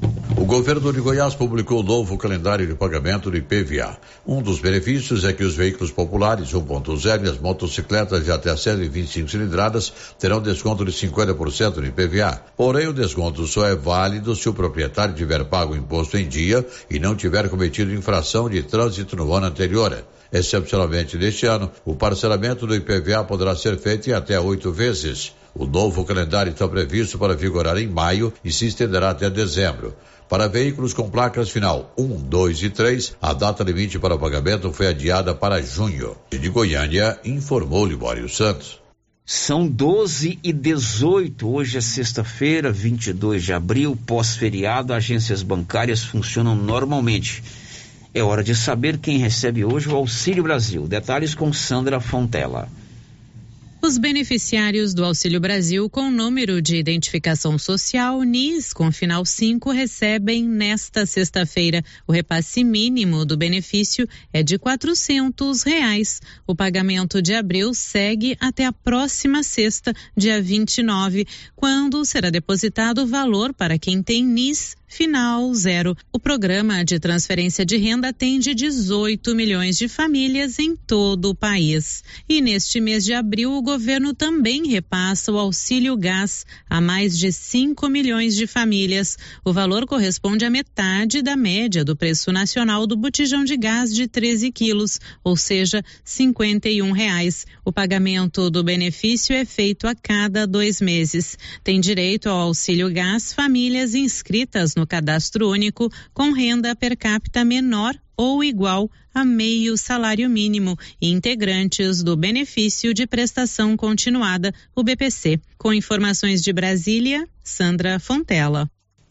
O governo de Goiás publicou o novo calendário de pagamento do I P V A. Um dos benefícios é que os veículos populares um ponto zero e as motocicletas de até cento e vinte e cinco cilindradas terão desconto de cinquenta por cento no I P V A. Porém, o desconto só é válido se o proprietário tiver pago o imposto em dia e não tiver cometido infração de trânsito no ano anterior. Excepcionalmente neste ano, o parcelamento do I P V A poderá ser feito em até oito vezes. O novo calendário está previsto para vigorar em maio e se estenderá até dezembro. Para veículos com placas final um, dois e três, a data limite para o pagamento foi adiada para junho. De Goiânia, informou Libório Santos. São doze e dezoito. Hoje é sexta-feira, vinte e dois de abril, pós-feriado, agências bancárias funcionam normalmente. É hora de saber quem recebe hoje o Auxílio Brasil. Detalhes com Sandra Fontela. Os beneficiários do Auxílio Brasil com número de identificação social N I S com final cinco recebem nesta sexta-feira. O repasse mínimo do benefício é de quatrocentos reais. O pagamento de abril segue até a próxima sexta, dia vinte e nove, quando será depositado o valor para quem tem N I S final zero. O programa de transferência de renda atende dezoito milhões de famílias em todo o país. E neste mês de abril, o governo também repassa o auxílio gás a mais de cinco milhões de famílias. O valor corresponde à metade da média do preço nacional do botijão de gás de treze quilos, ou seja, cinquenta e um reais. O pagamento do benefício é feito a cada dois meses. Tem direito ao auxílio gás famílias inscritas no cadastro único com renda per capita menor ou igual a meio salário mínimo e integrantes do benefício de prestação continuada, o B P C. Com informações de Brasília, Sandra Fontela.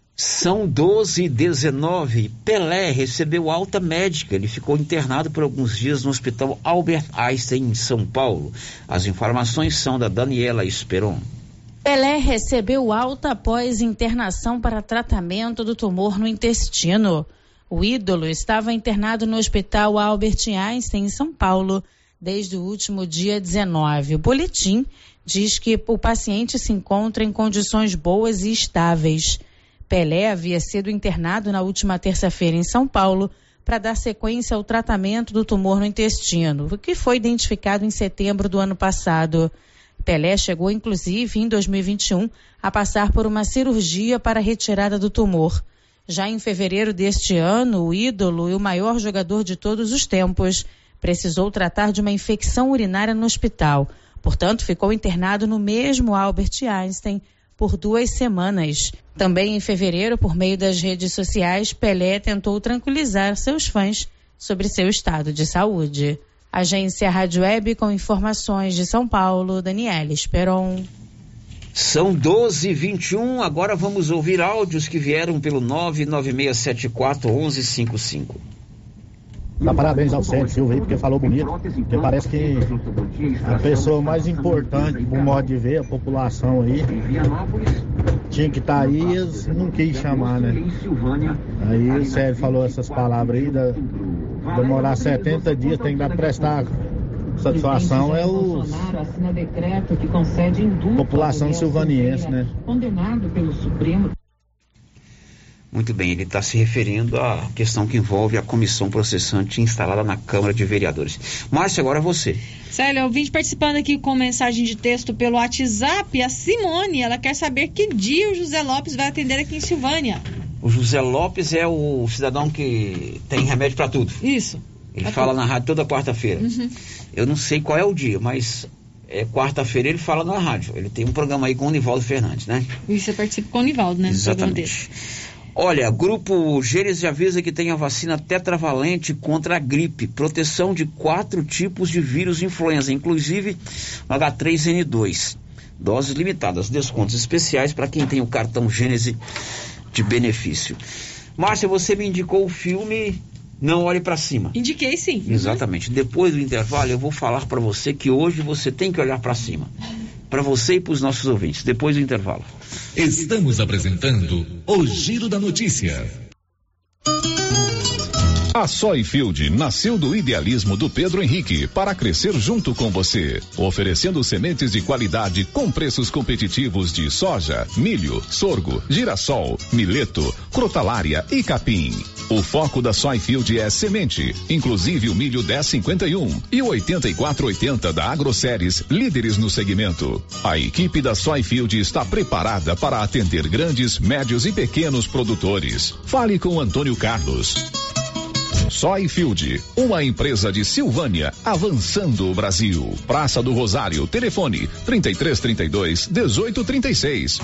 São doze e dezenove. Pelé recebeu alta médica. Ele ficou internado por alguns dias no Hospital Albert Einstein, em São Paulo. As informações são da Daniela Esperon. Pelé recebeu alta após internação para tratamento do tumor no intestino. O ídolo estava internado no Hospital Albert Einstein, em São Paulo, desde o último dia dezenove. O boletim diz que o paciente se encontra em condições boas e estáveis. Pelé havia sido internado na última terça-feira em São Paulo para dar sequência ao tratamento do tumor no intestino, o que foi identificado em setembro do ano passado. Pelé chegou, inclusive, em dois mil e vinte e um, a passar por uma cirurgia para a retirada do tumor. Já em fevereiro deste ano, o ídolo e o maior jogador de todos os tempos precisou tratar de uma infecção urinária no hospital. Portanto, ficou internado no mesmo Albert Einstein por duas semanas. Também em fevereiro, por meio das redes sociais, Pelé tentou tranquilizar seus fãs sobre seu estado de saúde. Agência Rádio Web com informações de São Paulo, Daniela Esperon. São doze e vinte e um, agora vamos ouvir áudios que vieram pelo nove nove seis sete quatro um um cinco cinco. Dá parabéns ao Sérgio Silva aí, porque falou bonito, porque parece que a pessoa mais importante, por modo de ver, a população aí, tinha que estar tá aí e eles não quis chamar, né? Aí o Sérgio falou essas palavras aí, da, demorar setenta dias, tem que prestar satisfação, é o população silvaniense, né? Condenado pelo Supremo. Muito bem, ele está se referindo à questão que envolve a comissão processante instalada na Câmara de Vereadores. Márcia, agora você. Célio, eu vim participando aqui com mensagem de texto pelo WhatsApp. A Simone, ela quer saber que dia o José Lopes vai atender aqui em Silvânia. O José Lopes é o cidadão que tem remédio para tudo. Isso. Ele fala tudo na rádio toda quarta-feira. Uhum. Eu não sei qual é o dia, mas é quarta-feira ele fala na rádio. Ele tem um programa aí com o Nivaldo Fernandes, né? E você participa com o Nivaldo, né? Exatamente. Olha, Grupo Gênesis avisa que tem a vacina tetravalente contra a gripe, proteção de quatro tipos de vírus influenza, inclusive o H três N dois. Doses limitadas, descontos especiais para quem tem o cartão Gênesis de benefício. Márcia, você me indicou o filme Não Olhe Pra Cima. Indiquei, sim. Exatamente. Depois do intervalo eu vou falar para você que hoje você tem que olhar para cima. Para você e para os nossos ouvintes, depois do intervalo. Estamos apresentando o Giro da Notícia. A Soyfield nasceu do idealismo do Pedro Henrique para crescer junto com você, oferecendo sementes de qualidade com preços competitivos de soja, milho, sorgo, girassol, mileto, crotalária e capim. O foco da Soyfield é semente, inclusive o milho dez cinquenta e um e o oitenta e quatro oitenta da Agroceres, líderes no segmento. A equipe da Soyfield está preparada para atender grandes, médios e pequenos produtores. Fale com Antônio Carlos. Soyfield, uma empresa de Silvânia, avançando o Brasil. Praça do Rosário, telefone trinta e três, trinta e dois, dezoito, trinta e seis.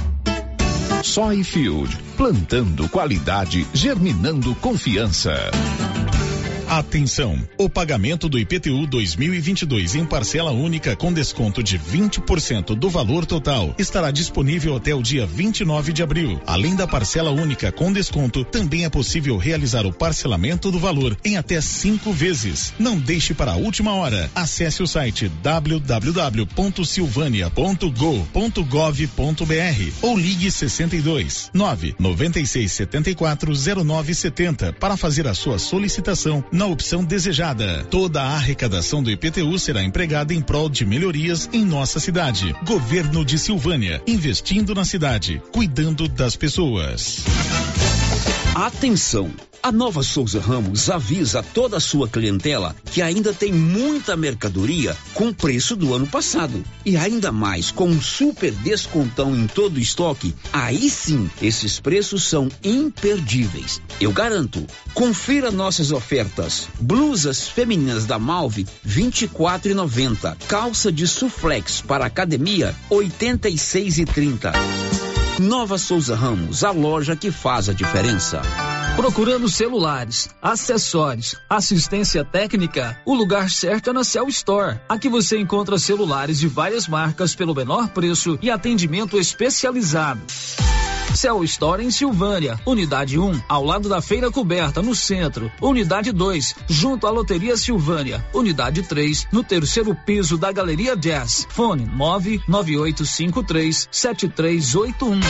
Soyfield, plantando qualidade, germinando confiança. Atenção! O pagamento do I P T U dois mil e vinte e dois em parcela única com desconto de vinte por cento do valor total estará disponível até o dia vinte e nove de abril. Além da parcela única com desconto, também é possível realizar o parcelamento do valor em até cinco vezes. Não deixe para a última hora. Acesse o site w w w ponto silvânia ponto go ponto gov ponto b r ou ligue sessenta e dois, nove noventa e seis setenta e quatro zero nove setenta para fazer a sua solicitação na opção desejada. Toda a arrecadação do I P T U será empregada em prol de melhorias em nossa cidade. Governo de Silvânia, investindo na cidade, cuidando das pessoas. Atenção! A Nova Souza Ramos avisa toda a sua clientela que ainda tem muita mercadoria com preço do ano passado. E ainda mais, com um super descontão em todo o estoque, aí sim, esses preços são imperdíveis. Eu garanto. Confira nossas ofertas. Blusas femininas da Malve, vinte e quatro reais e noventa centavos. Calça de suflex para academia, oitenta e seis reais e trinta centavos. Nova Souza Ramos, a loja que faz a diferença. Procurando celulares, acessórios, assistência técnica, o lugar certo é na Cell Store. Aqui você encontra celulares de várias marcas pelo menor preço e atendimento especializado. Cell Store em Silvânia, Unidade um, ao lado da Feira Coberta, no centro. Unidade dois, junto à Loteria Silvânia. Unidade três, no terceiro piso da Galeria Jazz. Fone nove nove oito cinco três sete três oito um.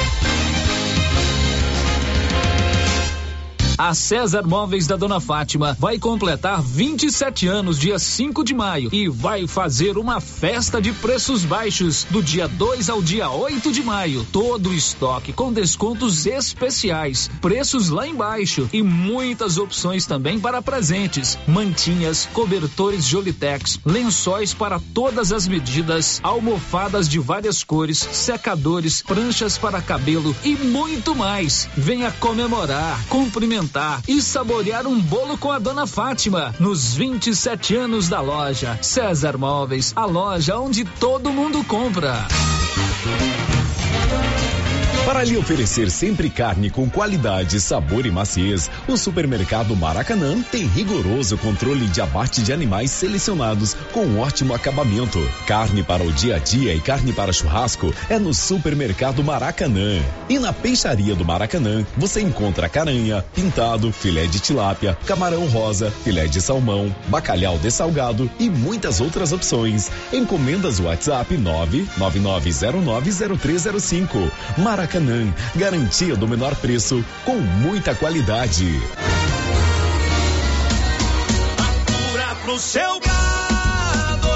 A César Móveis da Dona Fátima vai completar vinte e sete anos dia cinco de maio e vai fazer uma festa de preços baixos do dia dois ao dia oito de maio. Todo o estoque com descontos especiais, preços lá embaixo e muitas opções também para presentes, mantinhas, cobertores Jolitex, lençóis para todas as medidas, almofadas de várias cores, secadores, pranchas para cabelo e muito mais. Venha comemorar, cumprimentar e saborear um bolo com a Dona Fátima nos vinte e sete anos da loja. César Móveis, a loja onde todo mundo compra. Para lhe oferecer sempre carne com qualidade, sabor e maciez, o Supermercado Maracanã tem rigoroso controle de abate de animais selecionados com ótimo acabamento. Carne para o dia a dia e carne para churrasco é no Supermercado Maracanã. E na Peixaria do Maracanã, você encontra caranha, pintado, filé de tilápia, camarão rosa, filé de salmão, bacalhau dessalgado e muitas outras opções. Encomendas WhatsApp nove nove nove zero nove zero três zero cinco. Maracanã, garantia do menor preço com muita qualidade. Cura pro seu gado,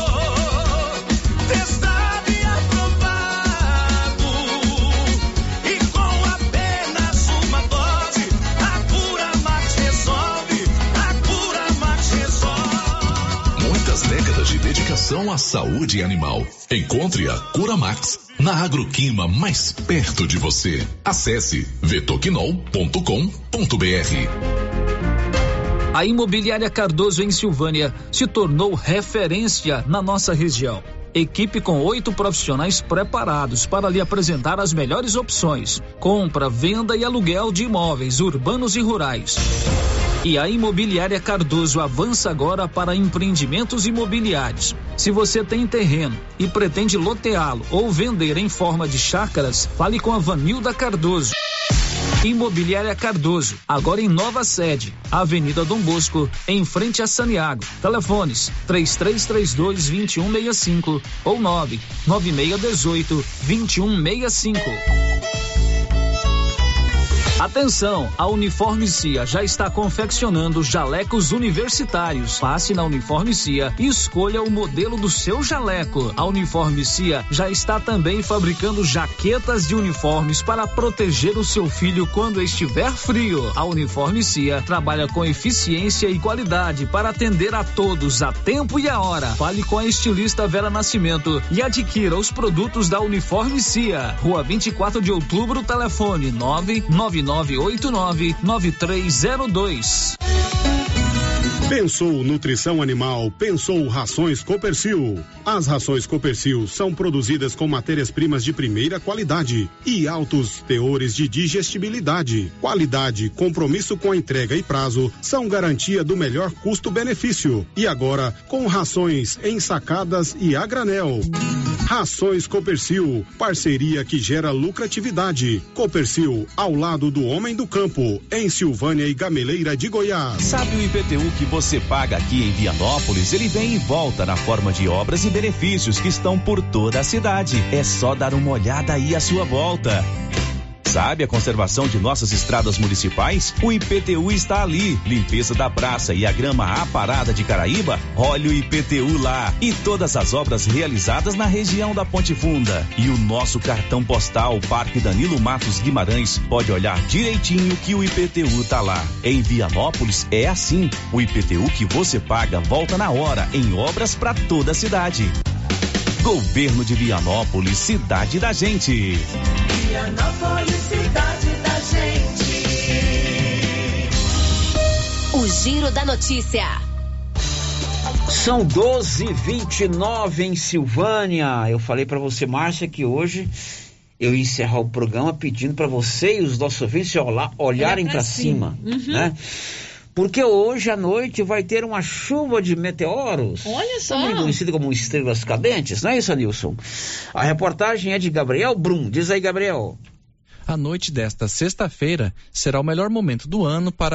testado e aprovado, e com apenas uma dose, a Cura Max resolve, a Cura Max resolve. Muitas décadas de dedicação à saúde animal. Encontre a Cura Max na Agroquima mais perto de você. Acesse vetoquinol ponto com ponto b r. A Imobiliária Cardoso em Silvânia se tornou referência na nossa região. Equipe com oito profissionais preparados para lhe apresentar as melhores opções: compra, venda e aluguel de imóveis urbanos e rurais. E a Imobiliária Cardoso avança agora para empreendimentos imobiliários. Se você tem terreno e pretende loteá-lo ou vender em forma de chácaras, fale com a Vanilda Cardoso. Imobiliária Cardoso, agora em nova sede, Avenida Dom Bosco, em frente a Saniago. Telefones três três três dois, dois um seis cinco ou nove nove seis um oito, dois um seis cinco. Atenção, a Uniforme Cia já está confeccionando jalecos universitários. Passe na Uniforme Cia e escolha o modelo do seu jaleco. A Uniforme Cia já está também fabricando jaquetas de uniformes para proteger o seu filho quando estiver frio. A Uniforme Cia trabalha com eficiência e qualidade para atender a todos a tempo e a hora. Fale com a estilista Vera Nascimento e adquira os produtos da Uniforme Cia. Rua vinte e quatro de outubro, telefone nove nove nove oito nove nove três zero dois. Pensou nutrição animal, pensou rações Copercil. As rações Copercil são produzidas com matérias-primas de primeira qualidade e altos teores de digestibilidade. Qualidade, compromisso com a entrega e prazo são garantia do melhor custo-benefício. E agora, com rações ensacadas e a granel. Rações Copercil, parceria que gera lucratividade. Copercil, ao lado do homem do campo, em Silvânia e Gameleira de Goiás. Sabe o I P T U que você paga aqui em Vianópolis? Ele vem e volta na forma de obras e benefícios que estão por toda a cidade. É só dar uma olhada aí à sua volta. Sabe a conservação de nossas estradas municipais? O I P T U está ali. Limpeza da praça e a grama aparada de Caraíba? Olha o I P T U lá. E todas as obras realizadas na região da Ponte Funda. E o nosso cartão postal Parque Danilo Matos Guimarães. Pode olhar direitinho que o I P T U tá lá. Em Vianópolis é assim. O I P T U que você paga volta na hora em obras para toda a cidade. Governo de Vianópolis, cidade da gente. Vianópolis, cidade da gente. O Giro da Notícia. São doze e vinte e nove em Silvânia. Eu falei para você, Márcia, que hoje eu ia encerrar o programa pedindo para você e os nossos ouvintes olharem para cima, cima uhum. né? Porque hoje à noite vai ter uma chuva de meteoros. Olha só. Também conhecida como estrelas cadentes, não é isso, Anilson? A reportagem é de Gabriel Brum. Diz aí, Gabriel. A noite desta sexta-feira será o melhor momento do ano para